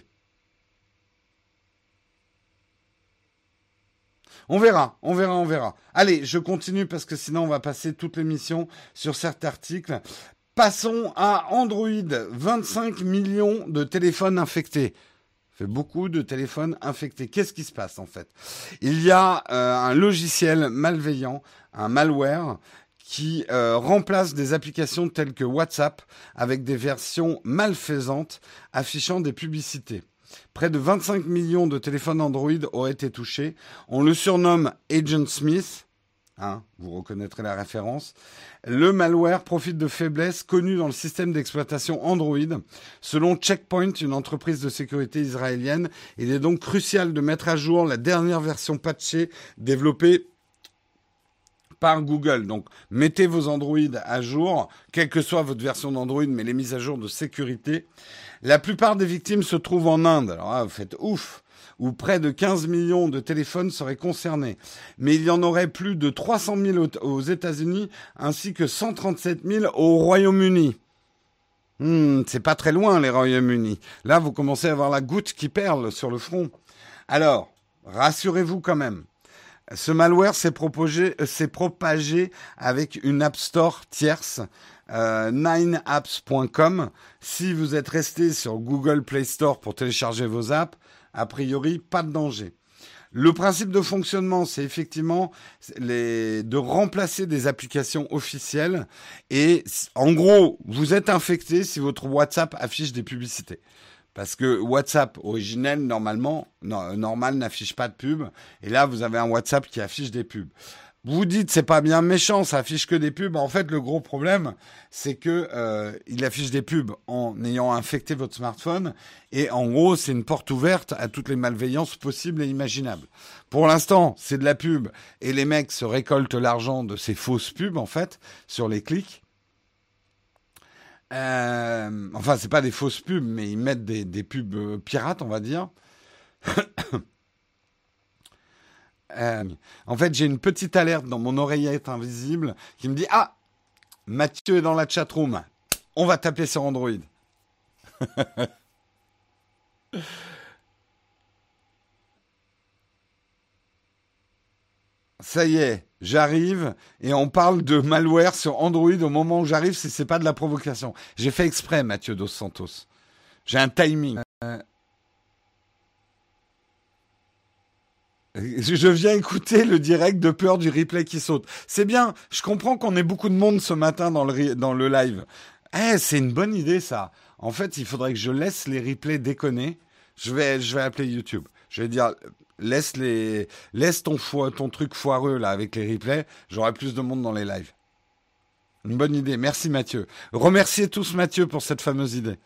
On verra, on verra, on verra. Allez, je continue parce que sinon on va passer toute l'émission sur cet article. Passons à Android. vingt-cinq millions de téléphones infectés. Ça fait beaucoup de téléphones infectés. Qu'est-ce qui se passe en fait? Il y a euh, un logiciel malveillant, un malware, qui euh, remplace des applications telles que WhatsApp avec des versions malfaisantes affichant des publicités. Près de vingt-cinq millions de téléphones Android auraient été touchés. On le surnomme Agent Smith. Hein, vous reconnaîtrez la référence. Le malware profite de faiblesses connues dans le système d'exploitation Android. Selon Checkpoint, une entreprise de sécurité israélienne, il est donc crucial de mettre à jour la dernière version patchée développée par Google. Donc, mettez vos Android à jour, quelle que soit votre version d'Android, mais les mises à jour de sécurité. La plupart des victimes se trouvent en Inde. Alors là, vous faites ouf. où près de quinze millions de téléphones seraient concernés. Mais il y en aurait plus de trois cent mille aux, aux États-Unis ainsi que cent trente-sept mille au Royaume-Uni. Hmm, c'est pas très loin, les Royaumes-Unis. Là, vous commencez à avoir la goutte qui perle sur le front. Alors, rassurez-vous quand même. Ce malware s'est propagé, s'est propagé avec une App Store tierce, euh, nine apps point com. Si vous êtes resté sur Google Play Store pour télécharger vos apps, a priori, pas de danger. Le principe de fonctionnement, c'est effectivement les, de remplacer des applications officielles. Et en gros, vous êtes infecté si votre WhatsApp affiche des publicités. Parce que WhatsApp originel, normalement, non, normal, n'affiche pas de pub. Et là, vous avez un WhatsApp qui affiche des pubs. Vous dites, c'est pas bien méchant, ça affiche que des pubs. En fait, le gros problème, c'est que euh, il affiche des pubs en ayant infecté votre smartphone. Et en gros, c'est une porte ouverte à toutes les malveillances possibles et imaginables. Pour l'instant, c'est de la pub. Et les mecs se récoltent l'argent de ces fausses pubs, en fait, sur les clics. Euh, enfin, c'est pas des fausses pubs, mais ils mettent des, des pubs euh, pirates, on va dire. euh, en fait, j'ai une petite alerte dans mon oreillette invisible qui me dit « Ah, Mathieu est dans la chatroom. On va taper sur Android. » Ça y est, j'arrive et on parle de malware sur Android au moment où j'arrive si c'est pas de la provocation. J'ai fait exprès, Mathieu Dos Santos. J'ai un timing. Euh... Je viens écouter le direct de peur du replay qui saute. C'est bien, je comprends qu'on ait beaucoup de monde ce matin dans le, dans le live. Eh, c'est une bonne idée ça. En fait, il faudrait que je laisse les replays déconner. Je vais, je vais appeler YouTube. Je vais dire... Laisse les, laisse ton fo- ton truc foireux là avec les replays. J'aurai plus de monde dans les lives. Une bonne idée. Merci Mathieu. Remerciez tous Mathieu pour cette fameuse idée.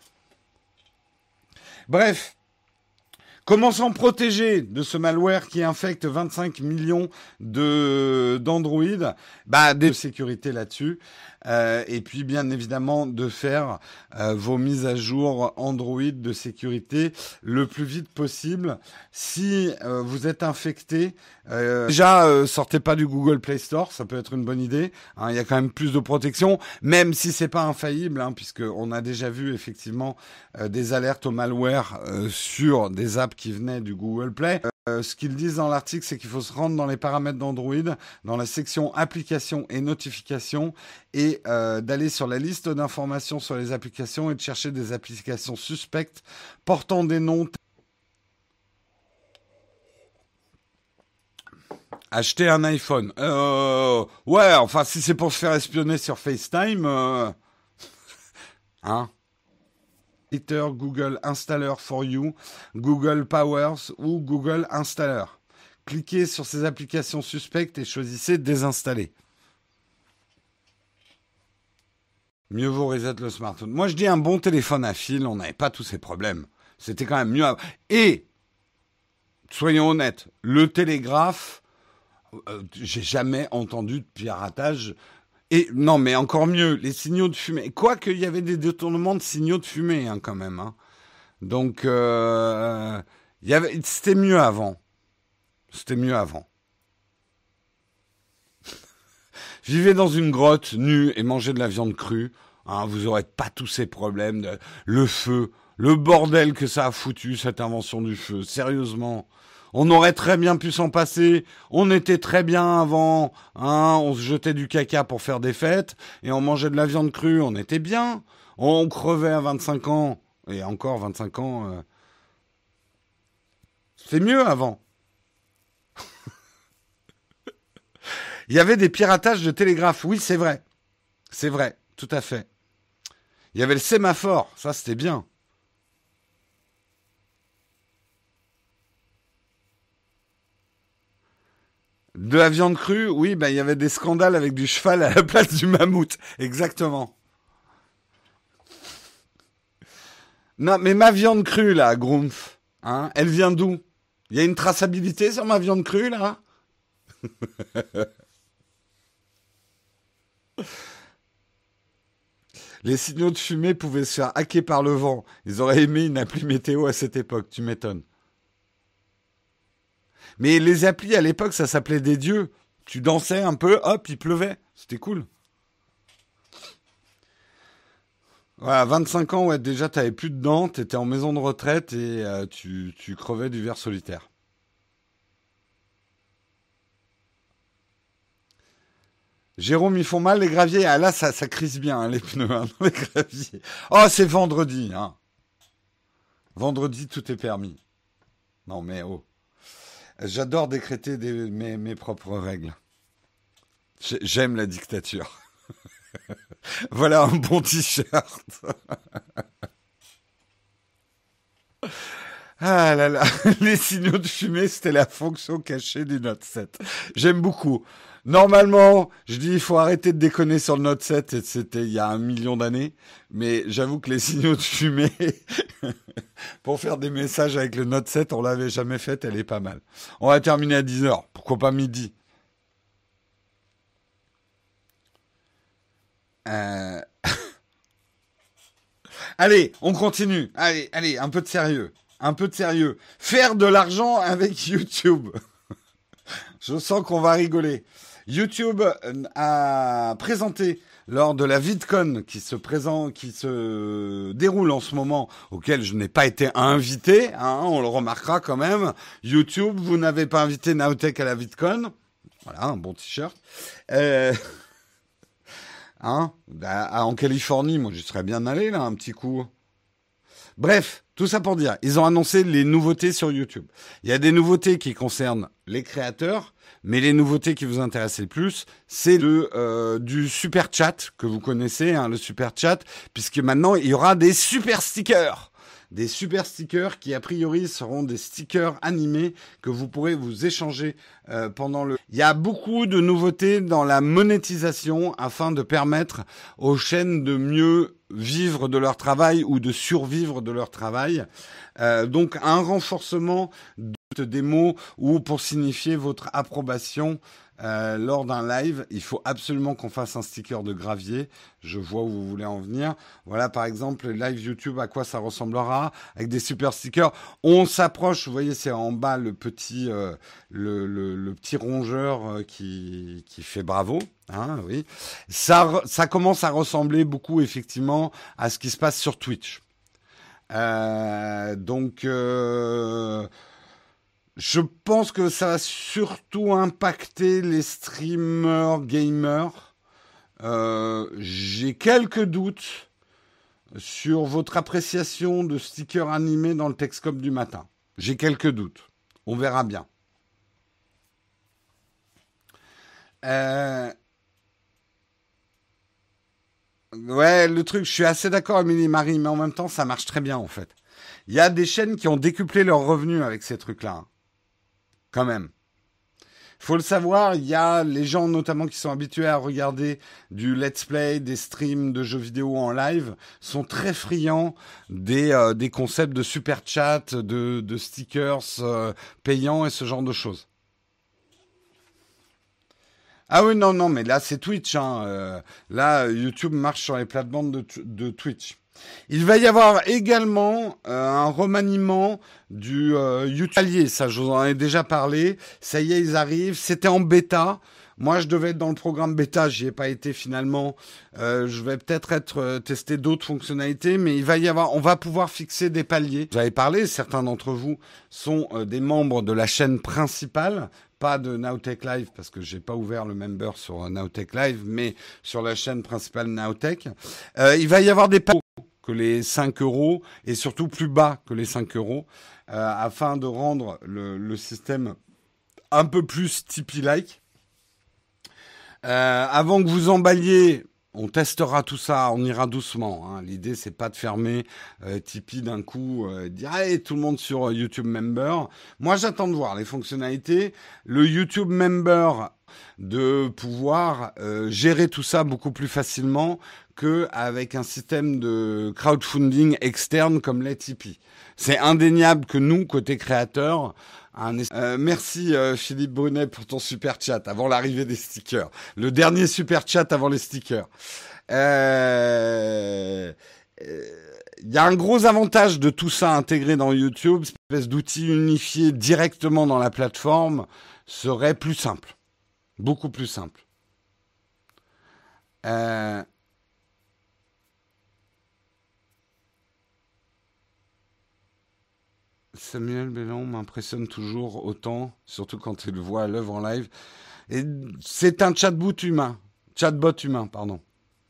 Bref. Comment s'en protéger de ce malware qui infecte vingt-cinq millions de, d'Android? Bah, des sécurités là-dessus. Euh, et puis, bien évidemment, de faire euh, vos mises à jour Android de sécurité le plus vite possible. Si euh, vous êtes infecté, euh, déjà, euh, sortez pas du Google Play Store, ça peut être une bonne idée. Hein, il y a quand même plus de protection, même si c'est pas infaillible, hein, puisqu'on a déjà vu effectivement euh, des alertes au malware euh, sur des apps qui venaient du Google Play. Euh, ce qu'ils disent dans l'article, c'est qu'il faut se rendre dans les paramètres d'Android, dans la section applications et notifications, et euh, d'aller sur la liste d'informations sur les applications et de chercher des applications suspectes portant des noms. Acheter un iPhone. Euh, ouais, enfin, si c'est pour se faire espionner sur FaceTime, euh... hein? Google Installer for You, Google Powers ou Google Installer. Cliquez sur ces applications suspectes et choisissez désinstaller. Mieux vaut reset le smartphone. Moi, je dis un bon téléphone à fil, on n'avait pas tous ces problèmes. C'était quand même mieux. À... Et, soyons honnêtes, le télégraphe, euh, j'ai jamais entendu de piratage. Et non, mais encore mieux, les signaux de fumée. Quoique, il y avait des détournements de signaux de fumée, hein, quand même. Hein. Donc, euh, y avait, c'était mieux avant. C'était mieux avant. Vivez dans une grotte, nue, et mangez de la viande crue. Hein, vous n'aurez pas tous ces problèmes. De, le feu, le bordel que ça a foutu, cette invention du feu. Sérieusement. On aurait très bien pu s'en passer. On était très bien avant. Hein, on se jetait du caca pour faire des fêtes. Et on mangeait de la viande crue. On était bien. On crevait à vingt-cinq ans. Et encore vingt-cinq ans. Euh... C'est mieux avant. Il y avait des piratages de télégraphe. Oui, c'est vrai. C'est vrai. Tout à fait. Il y avait le sémaphore. Ça, c'était bien. De la viande crue, oui, ben il y avait des scandales avec du cheval à la place du mammouth. Exactement. Non, mais ma viande crue, là, Grumpf, hein, elle vient d'où? Il y a une traçabilité sur ma viande crue, là? Les signaux de fumée pouvaient se faire hacker par le vent. Ils auraient aimé une appli météo à cette époque, tu m'étonnes. Mais les applis, à l'époque, ça s'appelait des dieux. Tu dansais un peu, hop, il pleuvait. C'était cool. Voilà, vingt-cinq ans, ouais, déjà, t'avais plus de dents, t'étais en maison de retraite et euh, tu, tu crevais du ver solitaire. Jérôme, ils font mal les graviers. Ah là, ça, ça crisse bien, hein, les pneus, hein, dans les graviers. Oh, c'est vendredi, hein. Vendredi, tout est permis. Non, mais oh. J'adore décréter des- mes, mes propres règles. J'ai- J'aime la dictature. Voilà un bon t-shirt. Ah là là, les signaux de fumée, c'était la fonction cachée du Note sept. J'aime beaucoup. Normalement, je dis il faut arrêter de déconner sur le Note sept, et c'était il y a un million d'années, mais j'avoue que les signaux de fumée, pour faire des messages avec le Note sept, on l'avait jamais fait, elle est pas mal. On va terminer à dix heures, pourquoi pas midi. Euh, Allez, on continue. Allez, allez, un peu de sérieux. Un peu de sérieux. Faire de l'argent avec YouTube. Je sens qu'on va rigoler. YouTube euh, a présenté lors de la VidCon qui se présente, qui se déroule en ce moment, auquel je n'ai pas été invité, hein, on le remarquera quand même. YouTube, vous n'avez pas invité Nowtech à la VidCon. Voilà, un bon t-shirt. Euh, hein, bah, en Californie, moi, je serais bien allé là, un petit coup. Bref, tout ça pour dire, ils ont annoncé les nouveautés sur YouTube. Il y a des nouveautés qui concernent les créateurs, mais les nouveautés qui vous intéressent le plus, c'est le euh, du super chat que vous connaissez, hein, le super chat, puisque maintenant il y aura des super stickers. Des super stickers qui a priori seront des stickers animés que vous pourrez vous échanger euh, pendant le... Il y a beaucoup de nouveautés dans la monétisation afin de permettre aux chaînes de mieux vivre de leur travail ou de survivre de leur travail. Euh, donc un renforcement de des mots ou pour signifier votre approbation euh, lors d'un live, il faut absolument qu'on fasse un sticker de gravier. Je vois où vous voulez en venir. Voilà, par exemple, le live YouTube, à quoi ça ressemblera avec des super stickers. On s'approche, vous voyez, c'est en bas le petit, euh, le, le, le petit rongeur euh, qui, qui fait bravo. Hein, oui. Ça, ça commence à ressembler beaucoup, effectivement, à ce qui se passe sur Twitch. Euh, donc... Euh, je pense que ça va surtout impacter les streamers gamers. Euh, j'ai quelques doutes sur votre appréciation de stickers animés dans le Texcope du matin. J'ai quelques doutes. On verra bien. Euh, ouais, le truc, je suis assez d'accord, Amélie Marie, mais en même temps, ça marche très bien en fait. Il y a des chaînes qui ont décuplé leurs revenus avec ces trucs-là, hein, quand même. Faut le savoir, il y a les gens notamment qui sont habitués à regarder du let's play, des streams de jeux vidéo en live, sont très friands des, euh, des concepts de super chat, de, de stickers euh, payants et ce genre de choses. Ah oui, non, non, mais là c'est Twitch. Hein. Euh, là, YouTube marche sur les plates-bandes de, de Twitch. Il va y avoir également euh, un remaniement du euh, YouTube allié, ça je vous en ai déjà parlé. Ça y est, ils arrivent. C'était en bêta. Moi, je devais être dans le programme bêta, j'y ai pas été finalement. Euh, je vais peut-être être euh, tester d'autres fonctionnalités, mais il va y avoir, on va pouvoir fixer des paliers. Vous avez parlé, certains d'entre vous sont euh, des membres de la chaîne principale, pas de Nowtech Live parce que j'ai pas ouvert le member sur euh, Nowtech Live, mais sur la chaîne principale Nowtech. Euh, il va y avoir des paliers que les cinq euros et surtout plus bas que les cinq euros euh, afin de rendre le, le système un peu plus Tipeee-like. Euh, avant que vous emballiez, on testera tout ça, on ira doucement. Hein. L'idée, c'est pas de fermer euh, Tipeee d'un coup, euh, et de dire hey, tout le monde sur euh, YouTube Member. Moi, j'attends de voir les fonctionnalités. Le YouTube Member, de pouvoir euh, gérer tout ça beaucoup plus facilement qu'avec un système de crowdfunding externe comme les Tipeee. C'est indéniable que nous, côté créateurs, un... euh, merci euh, Philippe Brunet pour ton super chat avant l'arrivée des stickers. Le dernier super chat avant les stickers. Euh... Euh... Il y a un gros avantage de tout ça intégré dans YouTube, cette espèce d'outil unifié directement dans la plateforme serait plus simple, beaucoup plus simple. Euh... Samuel Bellon m'impressionne toujours autant, surtout quand tu le vois à l'œuvre en live. Et c'est un chatbot humain, chatbot humain, pardon.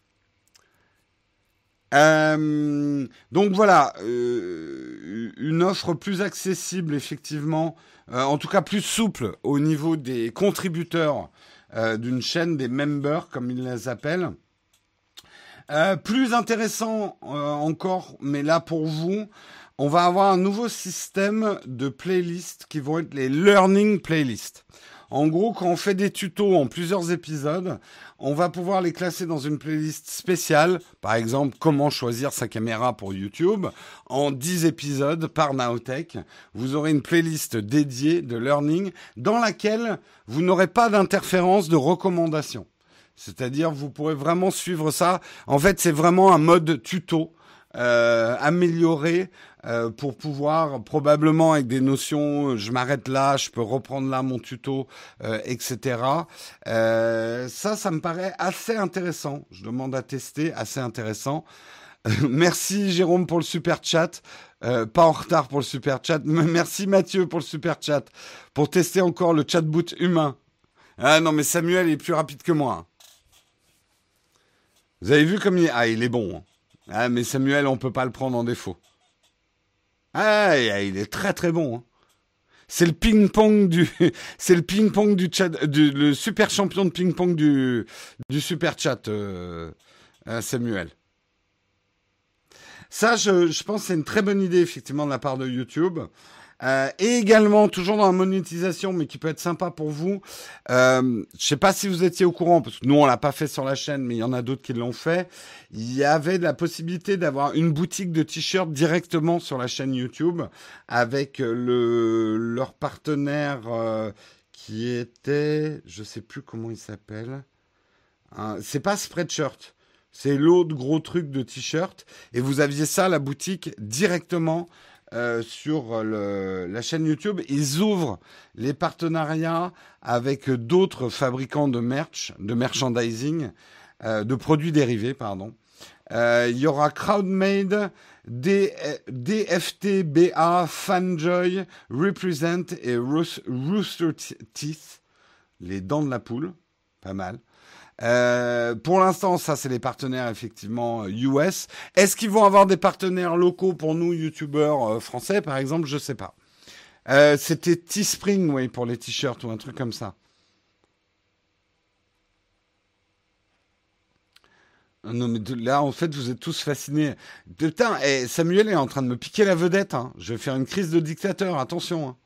Euh, donc voilà, euh, une offre plus accessible, effectivement, euh, en tout cas plus souple au niveau des contributeurs euh, d'une chaîne, des members, comme ils les appellent. Euh, plus intéressant euh, encore, mais là pour vous, on va avoir un nouveau système de playlists qui vont être les learning playlists. En gros, quand on fait des tutos en plusieurs épisodes, on va pouvoir les classer dans une playlist spéciale. Par exemple, comment choisir sa caméra pour YouTube. En dix épisodes par Naotech, vous aurez une playlist dédiée de learning dans laquelle vous n'aurez pas d'interférence de recommandation. C'est-à-dire, vous pourrez vraiment suivre ça. En fait, c'est vraiment un mode tuto euh, amélioré euh, pour pouvoir, probablement avec des notions, je m'arrête là, je peux reprendre là mon tuto, euh, et cetera. Euh, ça, ça me paraît assez intéressant. Je demande à tester, assez intéressant. Merci Jérôme pour le super chat. Euh, pas en retard pour le super chat. Merci Mathieu pour le super chat. Pour tester encore le chatbot humain. Ah non, mais Samuel est plus rapide que moi. Vous avez vu comme il est... Ah, il est bon. Hein. Ah, mais Samuel, on peut pas le prendre en défaut. Ah, il est très très bon. Hein. C'est le ping-pong du... C'est le ping-pong du chat... Du... Le super champion de ping-pong du, du super chat, euh... Euh, Samuel. Ça, je, je pense que c'est une très bonne idée, effectivement, de la part de YouTube. Euh, et également, toujours dans la monétisation, mais qui peut être sympa pour vous. Euh, je sais pas si vous étiez au courant, parce que nous, on l'a pas fait sur la chaîne, mais il y en a d'autres qui l'ont fait. Il y avait la possibilité d'avoir une boutique de t-shirts directement sur la chaîne YouTube, avec le leur partenaire euh, qui était, je sais plus comment il s'appelle. Hein, c'est pas Spreadshirt. C'est l'autre gros truc de t-shirt. Et vous aviez ça, la boutique, directement euh, sur le, la chaîne YouTube. Ils ouvrent les partenariats avec d'autres fabricants de merch, de merchandising, euh, de produits dérivés, pardon. Euh, il y aura Crowdmade, D, DFT, B A, Fanjoy, Represent et Rooster Teeth. Les dents de la poule. Pas mal. Euh, pour l'instant, ça, c'est les partenaires, effectivement, U S. Est-ce qu'ils vont avoir des partenaires locaux pour nous, youtubeurs euh, français, par exemple? Je sais pas. Euh, c'était Teespring, oui, pour les t-shirts ou un truc comme ça. Non, mais de, là, en fait, vous êtes tous fascinés. Putain, eh, Samuel est en train de me piquer la vedette. Hein. Je vais faire une crise de dictateur, attention. Hein.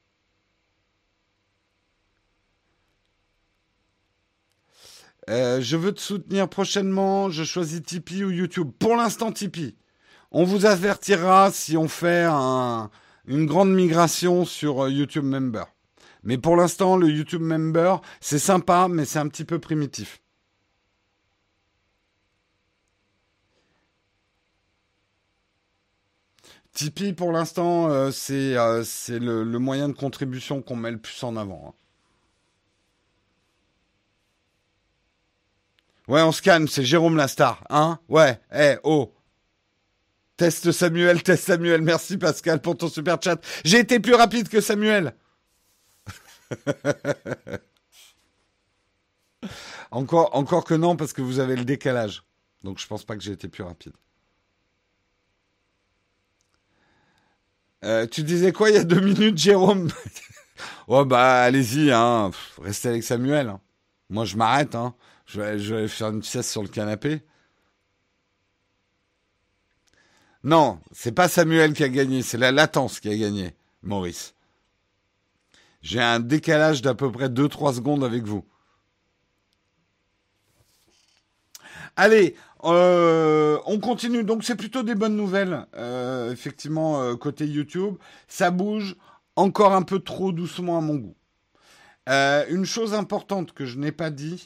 Euh, je veux te soutenir prochainement. Je choisis Tipeee ou YouTube. Pour l'instant, Tipeee. On vous avertira si on fait un, une grande migration sur euh, YouTube Member. Mais pour l'instant, le YouTube Member, c'est sympa, mais c'est un petit peu primitif. Tipeee, pour l'instant, euh, c'est euh, c'est le, le moyen de contribution qu'on met le plus en avant. Hein. Ouais, on se calme, c'est Jérôme Lastar, hein? Ouais, eh, oh. Test Samuel, test Samuel. Merci Pascal pour ton super chat. J'ai été plus rapide que Samuel. encore, encore que non, parce que vous avez le décalage. Donc je pense pas que j'ai été plus rapide. Euh, tu disais quoi il y a deux minutes, Jérôme? Oh bah allez-y, hein. Pff, restez avec Samuel. Hein. Moi je m'arrête, hein. Je vais, je vais faire une sieste sur le canapé. Non, c'est pas Samuel qui a gagné, c'est la latence qui a gagné, Maurice. J'ai un décalage d'à peu près deux trois secondes avec vous. Allez, euh, on continue. Donc c'est plutôt des bonnes nouvelles, euh, effectivement, euh, côté YouTube. Ça bouge encore un peu trop doucement à mon goût. Euh, une chose importante que je n'ai pas dit,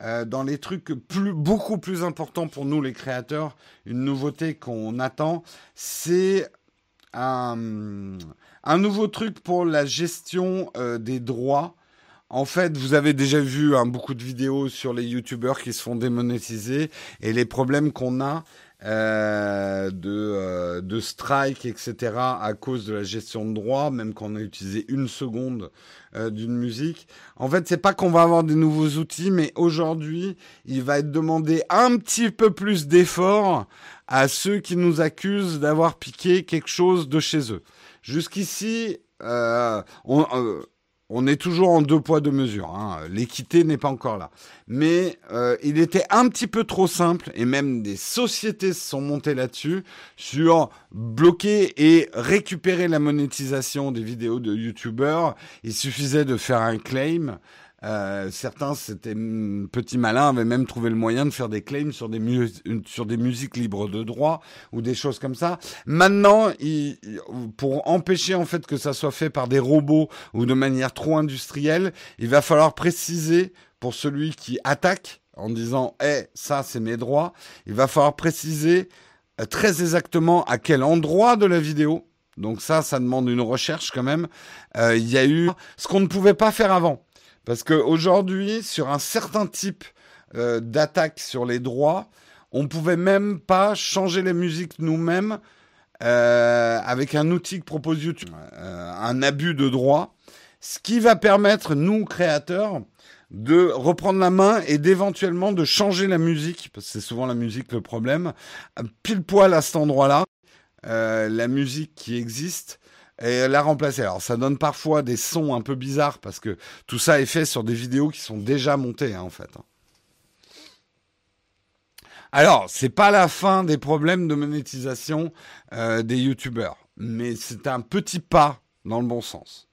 euh, dans les trucs plus, beaucoup plus importants pour nous les créateurs, une nouveauté qu'on attend, c'est un, un nouveau truc pour la gestion euh, des droits. En fait, vous avez déjà vu hein, beaucoup de vidéos sur les youtubeurs qui se font démonétiser et les problèmes qu'on a euh, de, euh, de strike, et cetera à cause de la gestion de droits, même quand on a utilisé une seconde euh, d'une musique. En fait, c'est pas qu'on va avoir des nouveaux outils, mais aujourd'hui, il va être demandé un petit peu plus d'efforts à ceux qui nous accusent d'avoir piqué quelque chose de chez eux. Jusqu'ici, euh, on... Euh, On est toujours en deux poids, deux mesures. Hein. L'équité n'est pas encore là. Mais euh, il était un petit peu trop simple, et même des sociétés se sont montées là-dessus, sur bloquer et récupérer la monétisation des vidéos de YouTubeurs. Il suffisait de faire un claim. Euh, certains, c'était petits malins, avaient même trouvé le moyen de faire des claims sur des, mu- sur des musiques libres de droit ou des choses comme ça. Maintenant, il, pour empêcher en fait que ça soit fait par des robots ou de manière trop industrielle, il va falloir préciser pour celui qui attaque en disant « Eh, ça, c'est mes droits », il va falloir préciser euh, très exactement à quel endroit de la vidéo. Donc ça, ça demande une recherche quand même. Euh, il y a eu ce qu'on ne pouvait pas faire avant. Parce qu'aujourd'hui, sur un certain type euh, d'attaque sur les droits, on ne pouvait même pas changer les musiques nous-mêmes euh, avec un outil que propose YouTube, euh, un abus de droit, ce qui va permettre, nous, créateurs, de reprendre la main et d'éventuellement de changer la musique, parce que c'est souvent la musique le problème, pile poil à cet endroit-là, euh, la musique qui existe, et la remplacer. Alors ça donne parfois des sons un peu bizarres parce que tout ça est fait sur des vidéos qui sont déjà montées hein, en fait. Alors c'est pas la fin des problèmes de monétisation euh, des youtubeurs, mais c'est un petit pas dans le bon sens.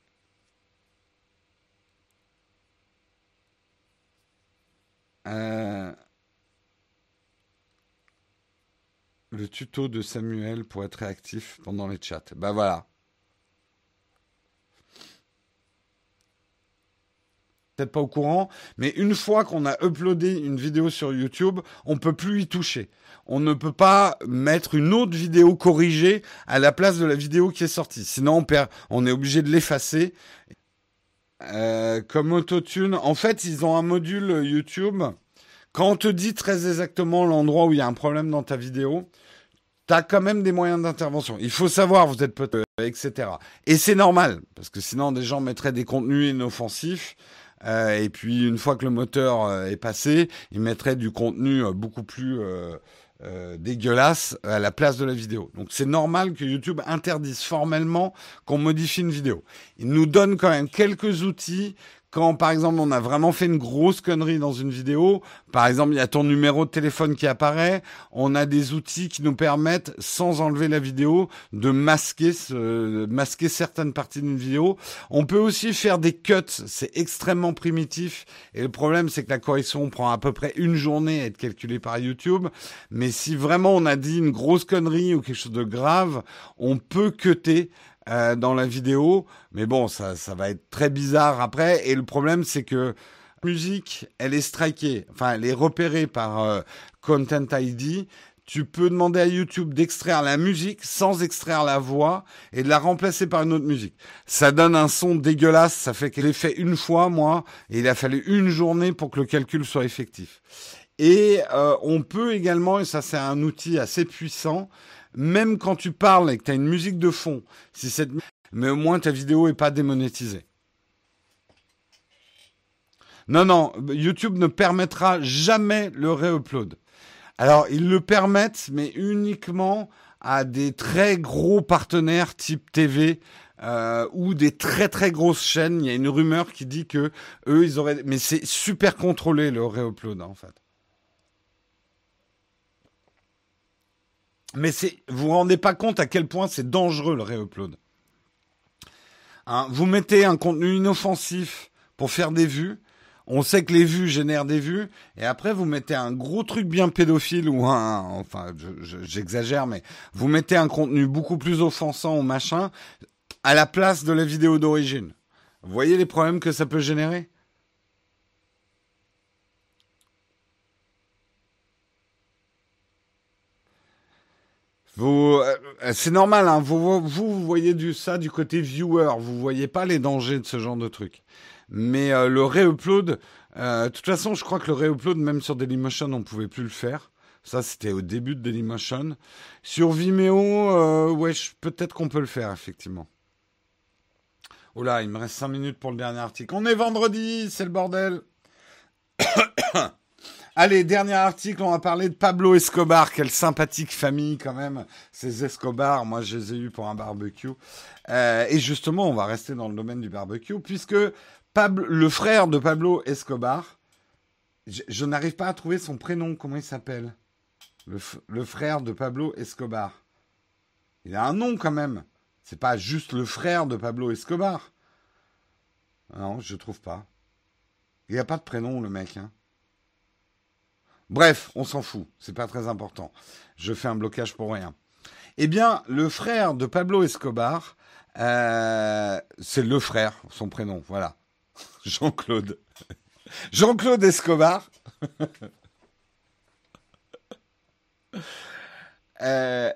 Euh... Le tuto de Samuel pour être réactif pendant les chats. Ben voilà. Peut-être pas au courant, mais une fois qu'on a uploadé une vidéo sur YouTube, on peut plus y toucher. On ne peut pas mettre une autre vidéo corrigée à la place de la vidéo qui est sortie. Sinon, on perd, on est obligé de l'effacer. Euh, comme autotune, en fait, ils ont un module YouTube. Quand on te dit très exactement l'endroit où il y a un problème dans ta vidéo, t'as quand même des moyens d'intervention. Il faut savoir, vous êtes peut-être, et cetera. Et c'est normal, parce que sinon des gens mettraient des contenus inoffensifs. Euh, et puis une fois que le moteur euh, est passé, ils mettraient du contenu euh, beaucoup plus euh, euh, dégueulasse à la place de la vidéo. Donc c'est normal que YouTube interdise formellement qu'on modifie une vidéo. Il nous donne quand même quelques outils. Quand, par exemple, on a vraiment fait une grosse connerie dans une vidéo, par exemple, il y a ton numéro de téléphone qui apparaît, on a des outils qui nous permettent, sans enlever la vidéo, de masquer, ce, masquer certaines parties d'une vidéo. On peut aussi faire des cuts, c'est extrêmement primitif, et le problème, c'est que la correction prend à peu près une journée à être calculée par YouTube, mais si vraiment on a dit une grosse connerie ou quelque chose de grave, on peut cutter Euh, dans la vidéo, mais bon, ça, ça va être très bizarre après. Et le problème, c'est que la musique, elle est strikée, enfin, elle est repérée par euh, Content I D. Tu peux demander à YouTube d'extraire la musique sans extraire la voix et de la remplacer par une autre musique. Ça donne un son dégueulasse. Ça fait qu'elle est fait une fois, moi, et il a fallu une journée pour que le calcul soit effectif. Et euh, on peut également, et ça c'est un outil assez puissant, même quand tu parles et que tu as une musique de fond, si cette... mais au moins ta vidéo n'est pas démonétisée. Non, non, YouTube ne permettra jamais le réupload. Alors, ils le permettent, mais uniquement à des très gros partenaires type T V euh, ou des très très grosses chaînes. Il y a une rumeur qui dit que eux, ils auraient... Mais c'est super contrôlé le réupload, en fait. Mais c'est, vous vous rendez pas compte à quel point c'est dangereux le réupload. Hein, vous mettez un contenu inoffensif pour faire des vues. On sait que les vues génèrent des vues. Et après, vous mettez un gros truc bien pédophile ou un... Enfin, je, je, j'exagère, mais vous mettez un contenu beaucoup plus offensant ou machin à la place de la vidéo d'origine. Vous voyez les problèmes que ça peut générer ? Vous, euh, c'est normal, hein, vous, vous, vous voyez du, ça du côté viewer, vous voyez pas les dangers de ce genre de truc. Mais euh, le re-upload, euh, de toute façon, je crois que le re-upload, même sur Dailymotion, on pouvait plus le faire. Ça, c'était au début de Dailymotion. Sur Vimeo, euh, ouais, je- peut-être qu'on peut le faire, effectivement. Oh là, il me reste cinq minutes pour le dernier article. On est vendredi, c'est le bordel. Allez, dernier article, on va parler de Pablo Escobar. Quelle sympathique famille quand même, ces Escobar. Moi, je les ai eus pour un barbecue. Euh, et justement, on va rester dans le domaine du barbecue, puisque Pablo, le frère de Pablo Escobar, je, je n'arrive pas à trouver son prénom. Comment il s'appelle le, f- le frère de Pablo Escobar. Il a un nom quand même. C'est pas juste le frère de Pablo Escobar. Non, je trouve pas. Il n'y a pas de prénom, le mec. Hein. Bref, on s'en fout. C'est pas très important. Je fais un blocage pour rien. Eh bien, le frère de Pablo Escobar, euh, c'est le frère, son prénom, voilà. Jean-Claude. Jean-Claude Escobar. Euh,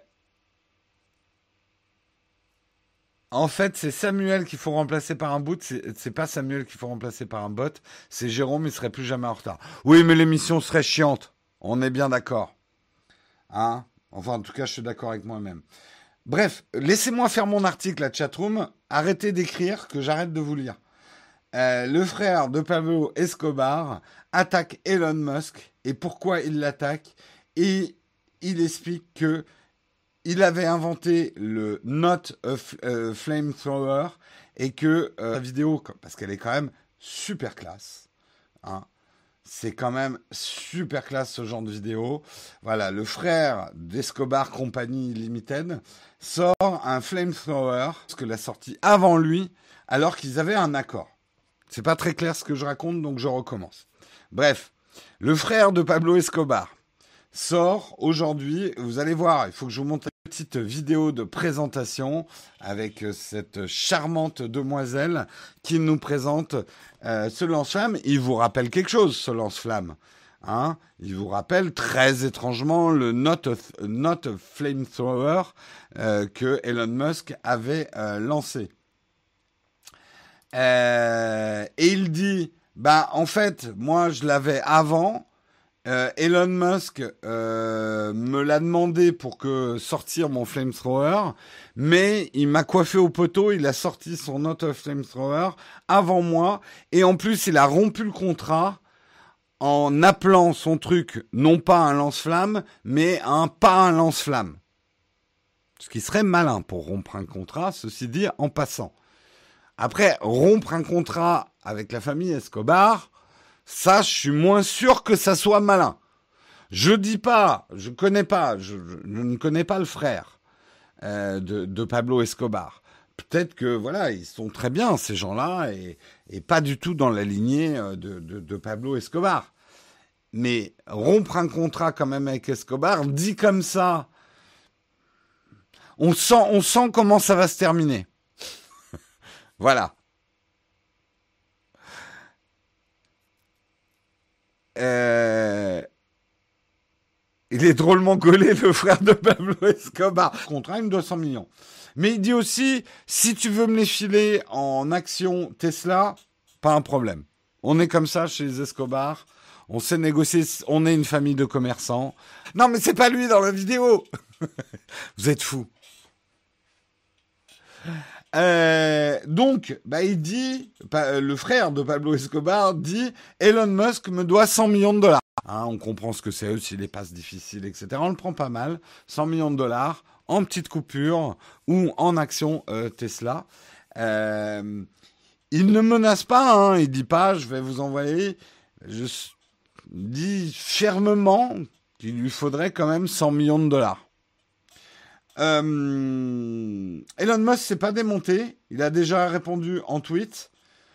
en fait, c'est Samuel qu'il faut remplacer par un boot. C'est, c'est pas Samuel qu'il faut remplacer par un bot. C'est Jérôme, il serait plus jamais en retard. Oui, mais l'émission serait chiante. On est bien d'accord. Hein? Enfin, en tout cas, je suis d'accord avec moi-même. Bref, laissez-moi faire mon article, la chatroom. Arrêtez d'écrire, que j'arrête de vous lire. Euh, le frère de Pablo Escobar attaque Elon Musk. Et pourquoi il l'attaque? Et il explique que il avait inventé le Not a F- euh, Flamethrower et que euh, la vidéo, parce qu'elle est quand même super classe, hein, c'est quand même super classe ce genre de vidéo. Voilà, le frère d'Escobar Company Limited sort un flamethrower, parce que l'a sorti avant lui, alors qu'ils avaient un accord. C'est pas très clair ce que je raconte, donc je recommence. Bref, le frère de Pablo Escobar sort aujourd'hui. Vous allez voir, il faut que je vous montre une petite vidéo de présentation avec euh, cette charmante demoiselle qui nous présente euh, ce lance-flamme. Il vous rappelle quelque chose, ce lance-flamme. Hein, il vous rappelle très étrangement le Not a, Not a Flamethrower euh, que Elon Musk avait euh, lancé. Euh, et il dit, bah en fait, moi je l'avais avant. Euh, Elon Musk euh, me l'a demandé pour que sortir mon flamethrower, mais il m'a coiffé au poteau. Il a sorti son Not a Flamethrower avant moi, et en plus il a rompu le contrat en appelant son truc non pas un lance-flamme, mais un pas un lance-flamme. Ce qui serait malin pour rompre un contrat, ceci dit en passant. Après, rompre un contrat avec la famille Escobar, ça, je suis moins sûr que ça soit malin. Je dis pas, je connais pas, je, je ne connais pas le frère euh, de, de Pablo Escobar. Peut-être que voilà, ils sont très bien ces gens-là et, et pas du tout dans la lignée de, de, de Pablo Escobar. Mais rompre un contrat quand même avec Escobar, dit comme ça, on sent, on sent comment ça va se terminer. Voilà. Euh, il est drôlement gaulé, le frère de Pablo Escobar. Contrat, il me doit cent millions. Mais il dit aussi, si tu veux me les filer en action Tesla, pas un problème. On est comme ça chez les Escobar. On sait négocier, on est une famille de commerçants. Non, mais c'est pas lui dans la vidéo. Vous êtes fous. Euh, donc, bah, il dit, le frère de Pablo Escobar dit, Elon Musk me doit cent millions de dollars. Hein, on comprend ce que c'est aussi, les passes difficiles, et cetera. On le prend pas mal, cent millions de dollars en petite coupure ou en action euh, Tesla. Euh, il ne menace pas, hein, il dit pas, je vais vous envoyer. Je dis fermement qu'il lui faudrait quand même cent millions de dollars. Euh, Elon Musk s'est pas démonté. Il a déjà répondu en tweet.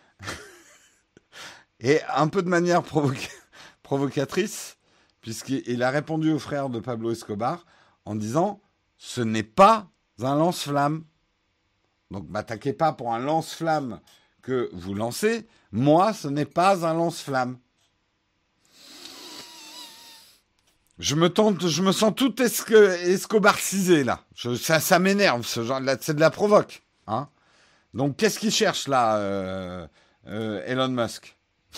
Et un peu de manière provoca- provocatrice, puisqu'il a répondu au frère de Pablo Escobar en disant « Ce n'est pas un lance-flamme. Donc, m'attaquez pas pour un lance-flamme que vous lancez. Moi, ce n'est pas un lance-flamme. » Je me tente, je me sens tout esco- escobarcisé là. Je- ça, ça m'énerve, ce genre. Là, c'est de la provoque, hein. Donc, qu'est-ce qu'il cherche là, euh, euh, Elon Musk?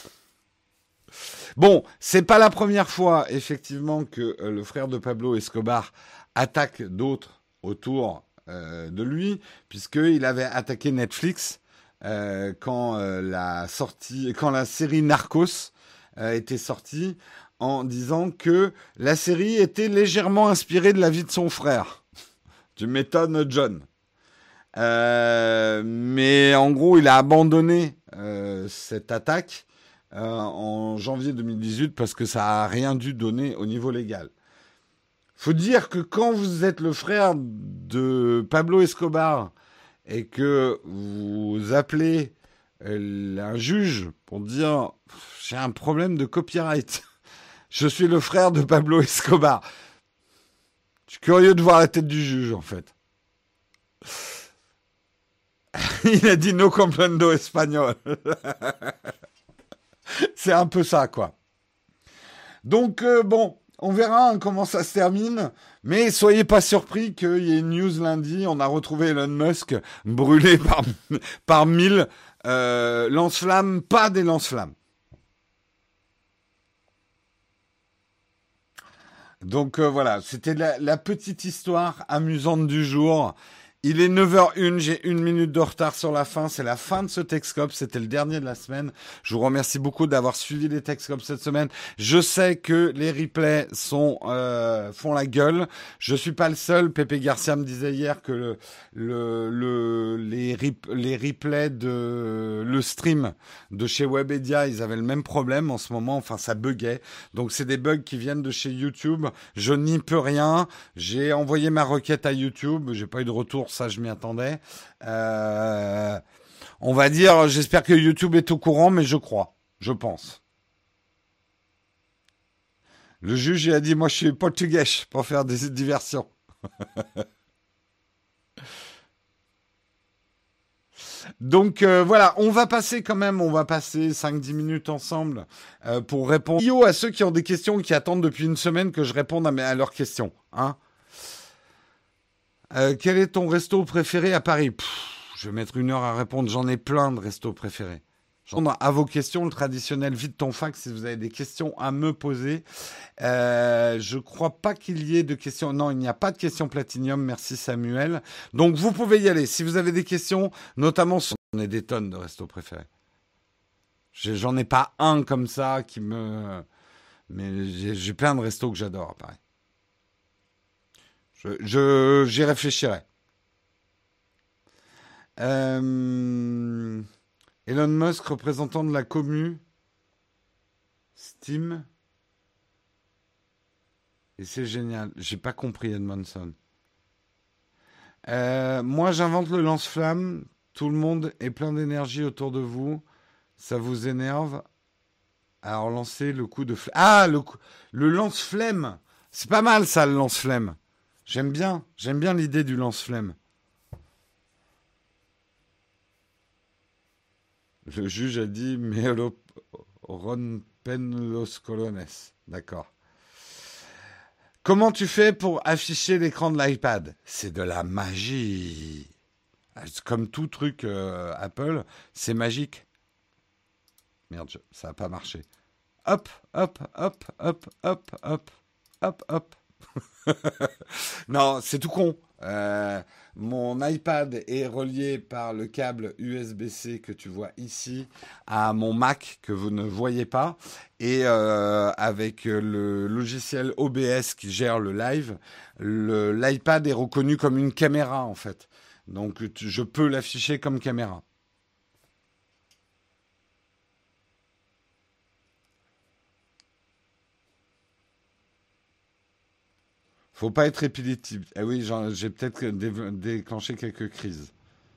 Bon, c'est pas la première fois, effectivement, que euh, le frère de Pablo Escobar attaque d'autres autour euh, de lui, puisqu'il avait attaqué Netflix euh, quand euh, la sortie, quand la série Narcos euh, était sortie, en disant que la série était légèrement inspirée de la vie de son frère. Tu m'étonnes, John. Euh, mais en gros, il a abandonné euh, cette attaque euh, en janvier deux mille dix-huit parce que ça a rien dû donner au niveau légal. Faut dire que quand vous êtes le frère de Pablo Escobar et que vous appelez euh, un juge pour dire j'ai un problème de copyright, je suis le frère de Pablo Escobar. Je suis curieux de voir la tête du juge en fait. Il a dit no comprendo espagnol. C'est un peu ça, quoi. Donc, euh, bon, on verra hein, comment ça se termine. Mais soyez pas surpris qu'il y ait une news lundi. On a retrouvé Elon Musk brûlé par, par mille euh, lance-flammes, pas des lance-flammes. Donc euh, voilà, c'était la, la petite histoire amusante du jour. Il est neuf heures une, j'ai une minute de retard sur la fin. C'est la fin de ce Texcope, c'était le dernier de la semaine. Je vous remercie beaucoup d'avoir suivi les Texcopes cette semaine. Je sais que les replays sont euh, font la gueule. Je suis pas le seul. Pépé Garcia me disait hier que le, le, le les, rip, les replays de le stream de chez Webedia, ils avaient le même problème en ce moment. Enfin, ça buguait. Donc c'est des bugs qui viennent de chez YouTube. Je n'y peux rien. J'ai envoyé ma requête à YouTube. J'ai pas eu de retour. Ça, je m'y attendais. Euh, on va dire, j'espère que YouTube est au courant, mais je crois, je pense. Le juge il a dit, moi, je suis portugais pour faire des diversions. Donc euh, voilà, on va passer quand même, on va passer cinq dix minutes ensemble euh, pour répondre Yo, à ceux qui ont des questions, qui attendent depuis une semaine que je réponde à, mes, à leurs questions. Hein. Euh, quel est ton resto préféré à Paris? Pff, je vais mettre une heure à répondre. J'en ai plein de restos préférés. J'en ai à vos questions, le traditionnel vide ton fax si vous avez des questions à me poser. Euh, je crois pas qu'il y ait de questions. Non, il n'y a pas de questions Platinium. Merci Samuel. Donc vous pouvez y aller. Si vous avez des questions, notamment sur... On est des tonnes de restos préférés. J'en ai pas un comme ça qui me... Mais j'ai, j'ai plein de restos que j'adore à Paris. Je, je, j'y réfléchirai. Euh, Elon Musk, représentant de la commu, Steam. Et c'est génial. J'ai pas compris Edmondson. Euh, moi, j'invente le lance-flamme. Tout le monde est plein d'énergie autour de vous. Ça vous énerve. Alors, lancez le coup de... Fl- ah, le, coup- le lance-flemme. C'est pas mal, ça, le lance-flemme. J'aime bien, j'aime bien l'idée du lance-flamme. Le juge a dit me lo rompen los colones. D'accord. Comment tu fais pour afficher l'écran de l'iPad? C'est de la magie. Comme tout truc euh, Apple, c'est magique. Merde, je- ça n'a pas marché. Hop, hop, hop, hop, hop, hop, hop, hop. Non, c'est tout con. Euh, mon iPad est relié par le câble U S B-C que tu vois ici à mon Mac que vous ne voyez pas. Et euh, avec le logiciel O B S qui gère le live, le, l'iPad est reconnu comme une caméra en fait. Donc tu- je peux l'afficher comme caméra. Faut pas être épileptique. Ah oui, j'en- j'ai peut-être dé- déclenché quelques crises.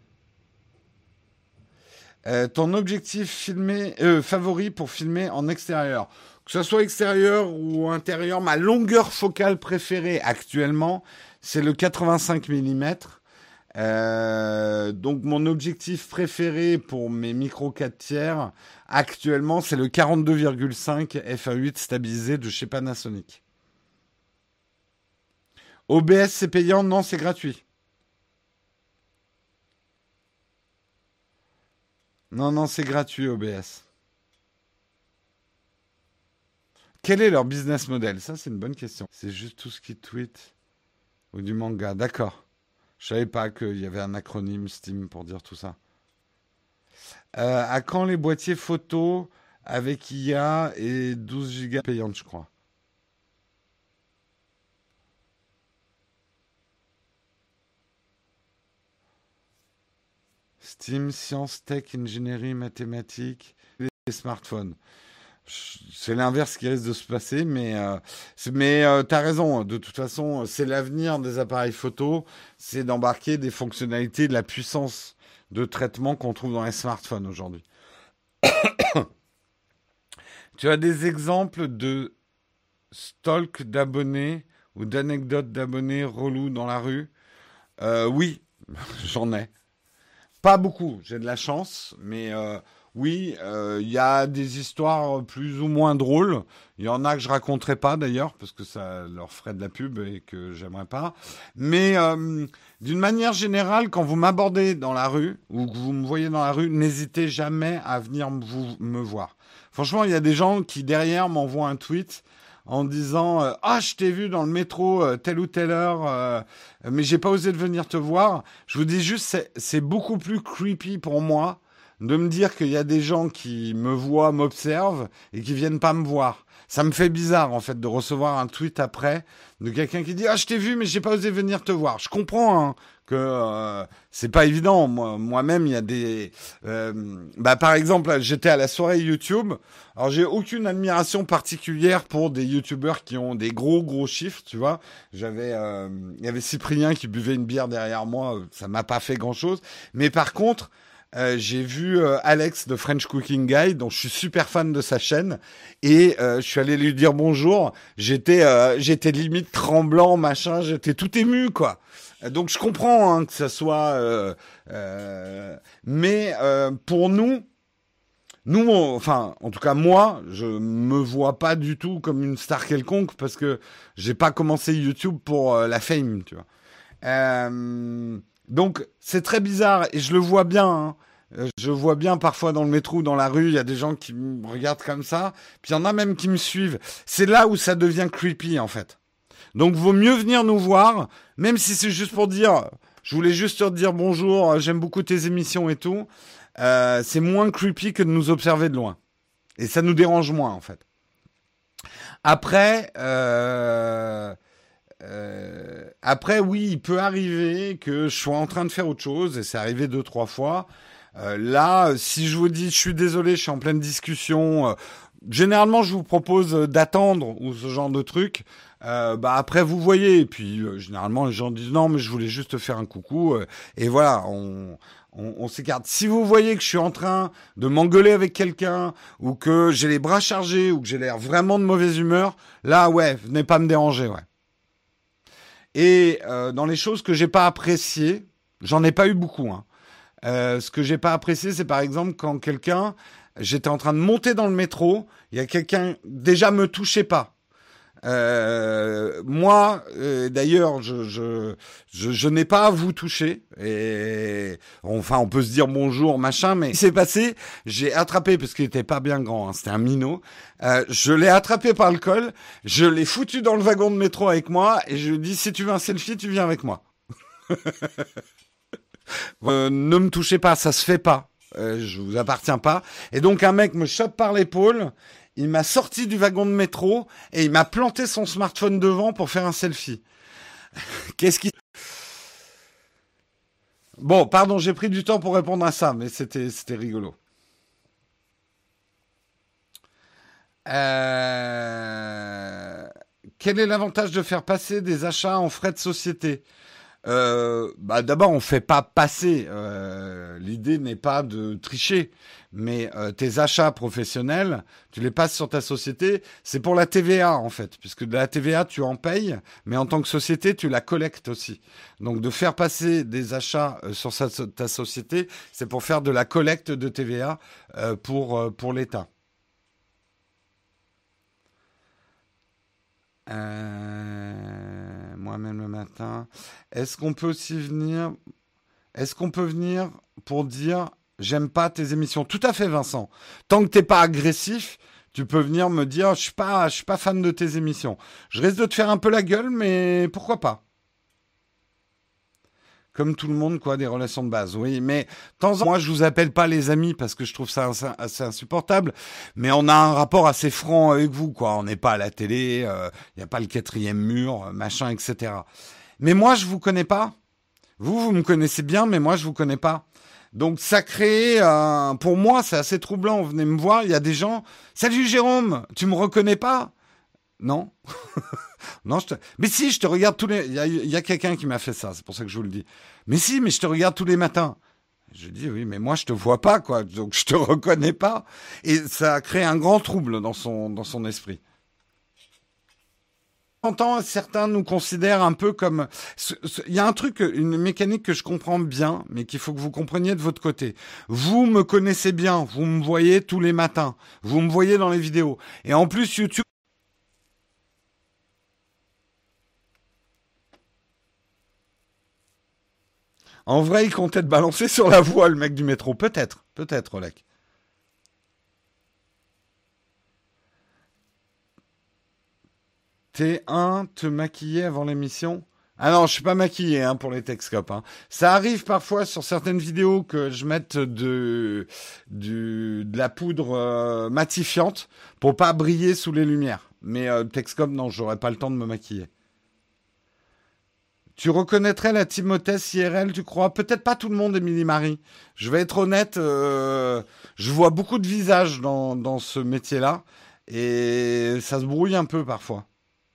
Euh, ton objectif filmé, euh, favori pour filmer en extérieur, que ce soit extérieur ou intérieur, ma longueur focale préférée actuellement, c'est le quatre-vingt-cinq millimètres. Euh, donc mon objectif préféré pour mes micros quatre tiers, actuellement, c'est le quarante-deux virgule cinq f un point huit stabilisé de chez Panasonic. O B S, c'est payant? Non, c'est gratuit. Non, non, c'est gratuit, O B S. Quel est leur business model? Ça, c'est une bonne question. C'est juste tout ce qui tweet ou du manga. D'accord. Je savais pas qu'il y avait un acronyme Steam pour dire tout ça. Euh, à quand les boîtiers photo avec I A et douze gigas payantes, je crois. Steam, sciences, tech, ingénierie, mathématiques, les smartphones. C'est l'inverse qui risque de se passer, mais, euh, c'est- mais euh, t'as raison. De toute façon, c'est l'avenir des appareils photo, c'est d'embarquer des fonctionnalités, de la puissance de traitement qu'on trouve dans les smartphones aujourd'hui. Tu as des exemples de stalk d'abonnés ou d'anecdotes d'abonnés relous dans la rue? Euh, Oui, j'en ai. Pas beaucoup, j'ai de la chance, mais euh, oui, euh, il y a des histoires plus ou moins drôles. Il y en a que je raconterai pas d'ailleurs, parce que ça leur ferait de la pub et que j'aimerais pas. Mais euh, d'une manière générale, quand vous m'abordez dans la rue ou que vous me voyez dans la rue, n'hésitez jamais à venir vous, me voir. Franchement, il y a des gens qui derrière m'envoient un tweet en disant euh, ah, je t'ai vu dans le métro euh, telle ou telle heure, euh, mais j'ai pas osé de venir te voir. Je vous dis juste, c'est, c'est beaucoup plus creepy pour moi de me dire qu'il y a des gens qui me voient, m'observent et qui viennent pas me voir. Ça me fait bizarre en fait de recevoir un tweet après de quelqu'un qui dit ah, je t'ai vu mais j'ai pas osé venir te voir. Je comprends hein, que euh, c'est pas évident. Moi, moi-même, il y a des euh, bah par exemple, j'étais à la soirée YouTube. Alors j'ai aucune admiration particulière pour des YouTubeurs qui ont des gros gros chiffres, tu vois. J'avais euh, il y avait Cyprien qui buvait une bière derrière moi, ça m'a pas fait grand-chose, mais par contre, Euh, j'ai vu euh, Alex de French Cooking Guy, dont je suis super fan de sa chaîne, et euh, je suis allé lui dire bonjour. J'étais, euh, j'étais limite tremblant, machin, j'étais tout ému, quoi. Euh, Donc je comprends hein, que ça soit, euh, euh, mais euh, pour nous, nous, on- enfin, en tout cas moi, je me vois pas du tout comme une star quelconque parce que j'ai pas commencé YouTube pour euh, la fame, tu vois. Euh, donc c'est très bizarre et je le vois bien. Hein. Euh, Je vois bien parfois dans le métro ou dans la rue, il y a des gens qui me regardent comme ça. Puis il y en a même qui me suivent. C'est là où ça devient creepy en fait. Donc vaut mieux venir nous voir, même si c'est juste pour dire, je voulais juste te dire bonjour, j'aime beaucoup tes émissions et tout. Euh, c'est moins creepy que de nous observer de loin. Et ça nous dérange moins en fait. Après, euh, euh, après, oui, il peut arriver que je sois en train de faire autre chose, et c'est arrivé deux, trois fois. Euh, là, si je vous dis, je suis désolé, je suis en pleine discussion. euh, généralement, je vous propose d'attendre ou ce genre de truc. Euh, bah après, vous voyez. Et puis, euh, généralement, les gens disent non, mais je voulais juste te faire un coucou. euh, et voilà, on, on, on s'écarte. Si vous voyez que je suis en train de m'engueuler avec quelqu'un ou que j'ai les bras chargés ou que j'ai l'air vraiment de mauvaise humeur, là, ouais, venez pas me déranger, ouais. Et euh, dans les choses que j'ai pas appréciées, j'en ai pas eu beaucoup. Hein. Euh, ce que j'ai pas apprécié, c'est par exemple quand quelqu'un, j'étais en train de monter dans le métro, il y a quelqu'un déjà me touchait pas. Euh, moi, euh, d'ailleurs, je, je, je, je n'ai pas à vous toucher. Et enfin, on peut se dire bonjour, machin, mais ce qui s'est passé, j'ai attrapé parce qu'il était pas bien grand, hein, c'était un minot. Euh, je l'ai attrapé par le col, je l'ai foutu dans le wagon de métro avec moi et je lui ai dit si tu veux un selfie, tu viens avec moi. Euh, ne me touchez pas, ça se fait pas. Euh, je vous appartiens pas. Et donc un mec me chope par l'épaule, il m'a sorti du wagon de métro et il m'a planté son smartphone devant pour faire un selfie. Qu'est-ce qui... Bon, pardon, j'ai pris du temps pour répondre à ça, mais c'était c'était rigolo. Euh, Quel est l'avantage de faire passer des achats en frais de société? Euh, bah d'abord, on fait pas passer. Euh, l'idée n'est pas de tricher, mais euh, tes achats professionnels, tu les passes sur ta société. C'est pour la T V A en fait, puisque de la T V A tu en payes, mais en tant que société tu la collectes aussi. Donc de faire passer des achats euh, sur sa- ta société, c'est pour faire de la collecte de T V A euh, pour euh, pour l'État. Euh, moi-même le matin. Est-ce qu'on peut aussi venir... Est-ce qu'on peut venir pour dire j'aime pas tes émissions? Tout à fait, Vincent. Tant que t'es pas agressif, tu peux venir me dire je suis pas, je suis pas fan de tes émissions. Je risque de te faire un peu la gueule, mais pourquoi pas? Comme tout le monde, quoi, des relations de base. Oui, mais de temps en temps, moi, je vous appelle pas les amis parce que je trouve ça assez, assez insupportable. Mais on a un rapport assez franc avec vous, quoi. On n'est pas à la télé, il euh, n'y a pas le quatrième mur, machin, et cetera. Mais moi, je vous connais pas. Vous, vous me connaissez bien, mais moi, je vous connais pas. Donc, ça crée, euh, pour moi, c'est assez troublant. Venez me voir, il y a des gens. Salut Jérôme, tu me reconnais pas? Non. Non, je te... Mais si, je te regarde tous les... Il y a, il y a quelqu'un qui m'a fait ça, c'est pour ça que je vous le dis. Mais si, mais je te regarde tous les matins. Je dis, oui, mais moi, je te vois pas, quoi. Donc, je te reconnais pas. Et ça crée un grand trouble dans son, dans son esprit. J'entends, certains nous considèrent un peu comme... Il y a un truc, une mécanique que je comprends bien, mais qu'il faut que vous compreniez de votre côté. Vous me connaissez bien, vous me voyez tous les matins, vous me voyez dans les vidéos. Et en plus, YouTube... En vrai, il comptait te balancer sur la voie, le mec du métro. Peut-être, peut-être, Olek. T un, te maquiller avant l'émission? Ah non, je suis pas maquillé hein, pour les Texcopes. Hein. Ça arrive parfois sur certaines vidéos que je mette de, du, de la poudre euh, matifiante pour pas briller sous les lumières. Mais euh, Texcope, non, j'aurais pas le temps de me maquiller. Tu reconnaîtrais la Timothée I R L, tu crois? Peut-être pas tout le monde, Émilie Marie. Je vais être honnête, euh, je vois beaucoup de visages dans, dans ce métier-là et ça se brouille un peu parfois.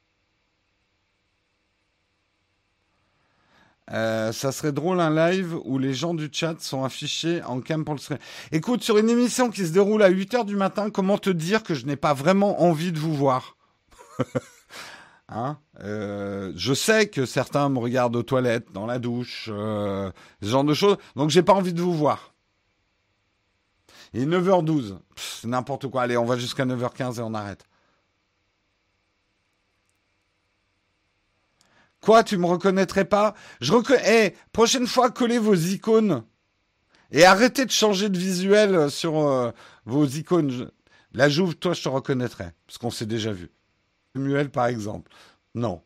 Euh, ça serait drôle un live où les gens du chat sont affichés en cam pour le stream. Écoute, sur une émission qui se déroule à huit heures du matin, comment te dire que je n'ai pas vraiment envie de vous voir? Hein euh, je sais que certains me regardent aux toilettes, dans la douche, euh, ce genre de choses. Donc, j'ai pas envie de vous voir. Il est neuf heures douze. Pff, c'est n'importe quoi. Allez, on va jusqu'à neuf heures quinze et on arrête. Quoi, tu me reconnaîtrais pas? Je reconnais. Eh, prochaine fois, collez vos icônes. Et arrêtez de changer de visuel sur euh, vos icônes. Je... La Jouve, toi, je te reconnaîtrais. Parce qu'on s'est déjà vu. Samuel, par exemple. Non.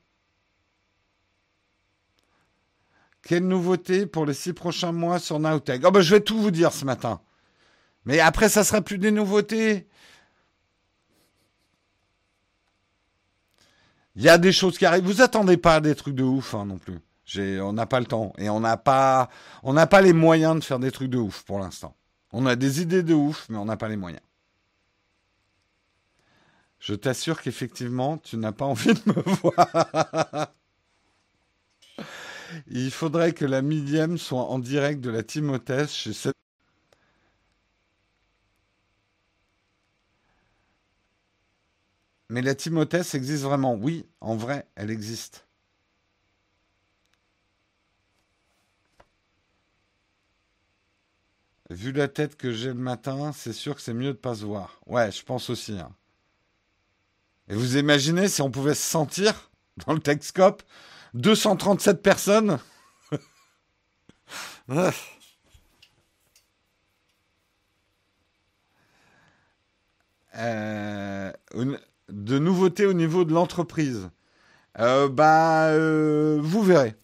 Quelle nouveauté pour les six prochains mois sur Nowtech? Oh ben, je vais tout vous dire ce matin. Mais après, ça sera plus des nouveautés. Il y a des choses qui arrivent. Vous attendez pas à des trucs de ouf hein, non plus. J'ai, on n'a pas le temps et on n'a pas, on n'a pas les moyens de faire des trucs de ouf pour l'instant. On a des idées de ouf, mais on n'a pas les moyens. Je t'assure qu'effectivement, tu n'as pas envie de me voir. Il faudrait que la millième soit en direct de la Timothée chez cette... Mais la Timothée existe vraiment. Oui, en vrai, elle existe. Vu la tête que j'ai le matin, c'est sûr que c'est mieux de pas se voir. Ouais, je pense aussi. Hein. Et vous imaginez si on pouvait se sentir dans le Texcope deux cent trente-sept personnes. euh, de nouveautés au niveau de l'entreprise. Euh, bah, euh, vous verrez.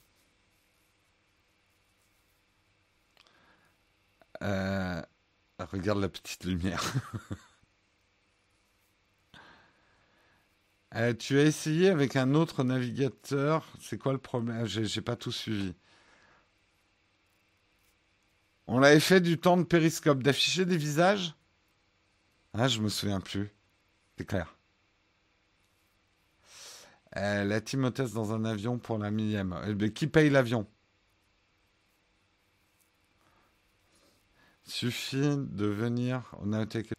Euh, regarde la petite lumière. euh, tu as essayé avec un autre navigateur. C'est quoi le problème? J'ai, j'ai pas tout suivi. On l'avait fait du temps de périscope, d'afficher des visages. Ah, je me souviens plus. C'est clair. Euh, la team hôtesse dans un avion pour la millième. Eh bien, qui paye l'avion? Suffit de venir. On a été...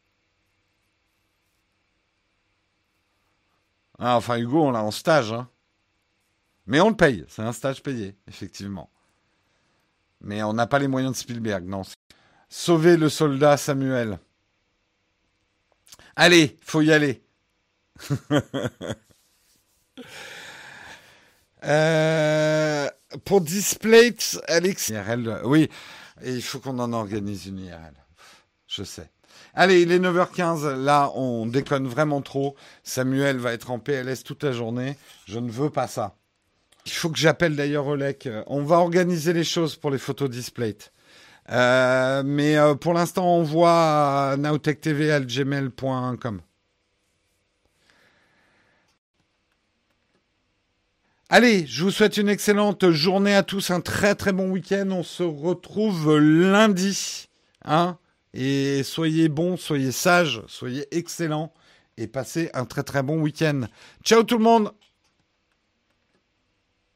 Ah, enfin, Hugo, on l'a en stage. Hein. Mais on le paye. C'est un stage payé, effectivement. Mais on n'a pas les moyens de Spielberg, non. Sauver le soldat Samuel. Allez, faut y aller. euh... Pour Displate, Alex... I R L, oui, et il faut qu'on en organise une I R L. Je sais. Allez, il est neuf heures quinze, là, on déconne vraiment trop. Samuel va être en P L S toute la journée. Je ne veux pas ça. Il faut que j'appelle d'ailleurs Olek. On va organiser les choses pour les photos Displate. Euh, mais euh, pour l'instant, on voit à nowtechtv arobase gmail point com. Allez, je vous souhaite une excellente journée à tous, un très très bon week-end. On se retrouve lundi. Hein, et soyez bons, soyez sages, soyez excellents et passez un très très bon week-end. Ciao tout le monde!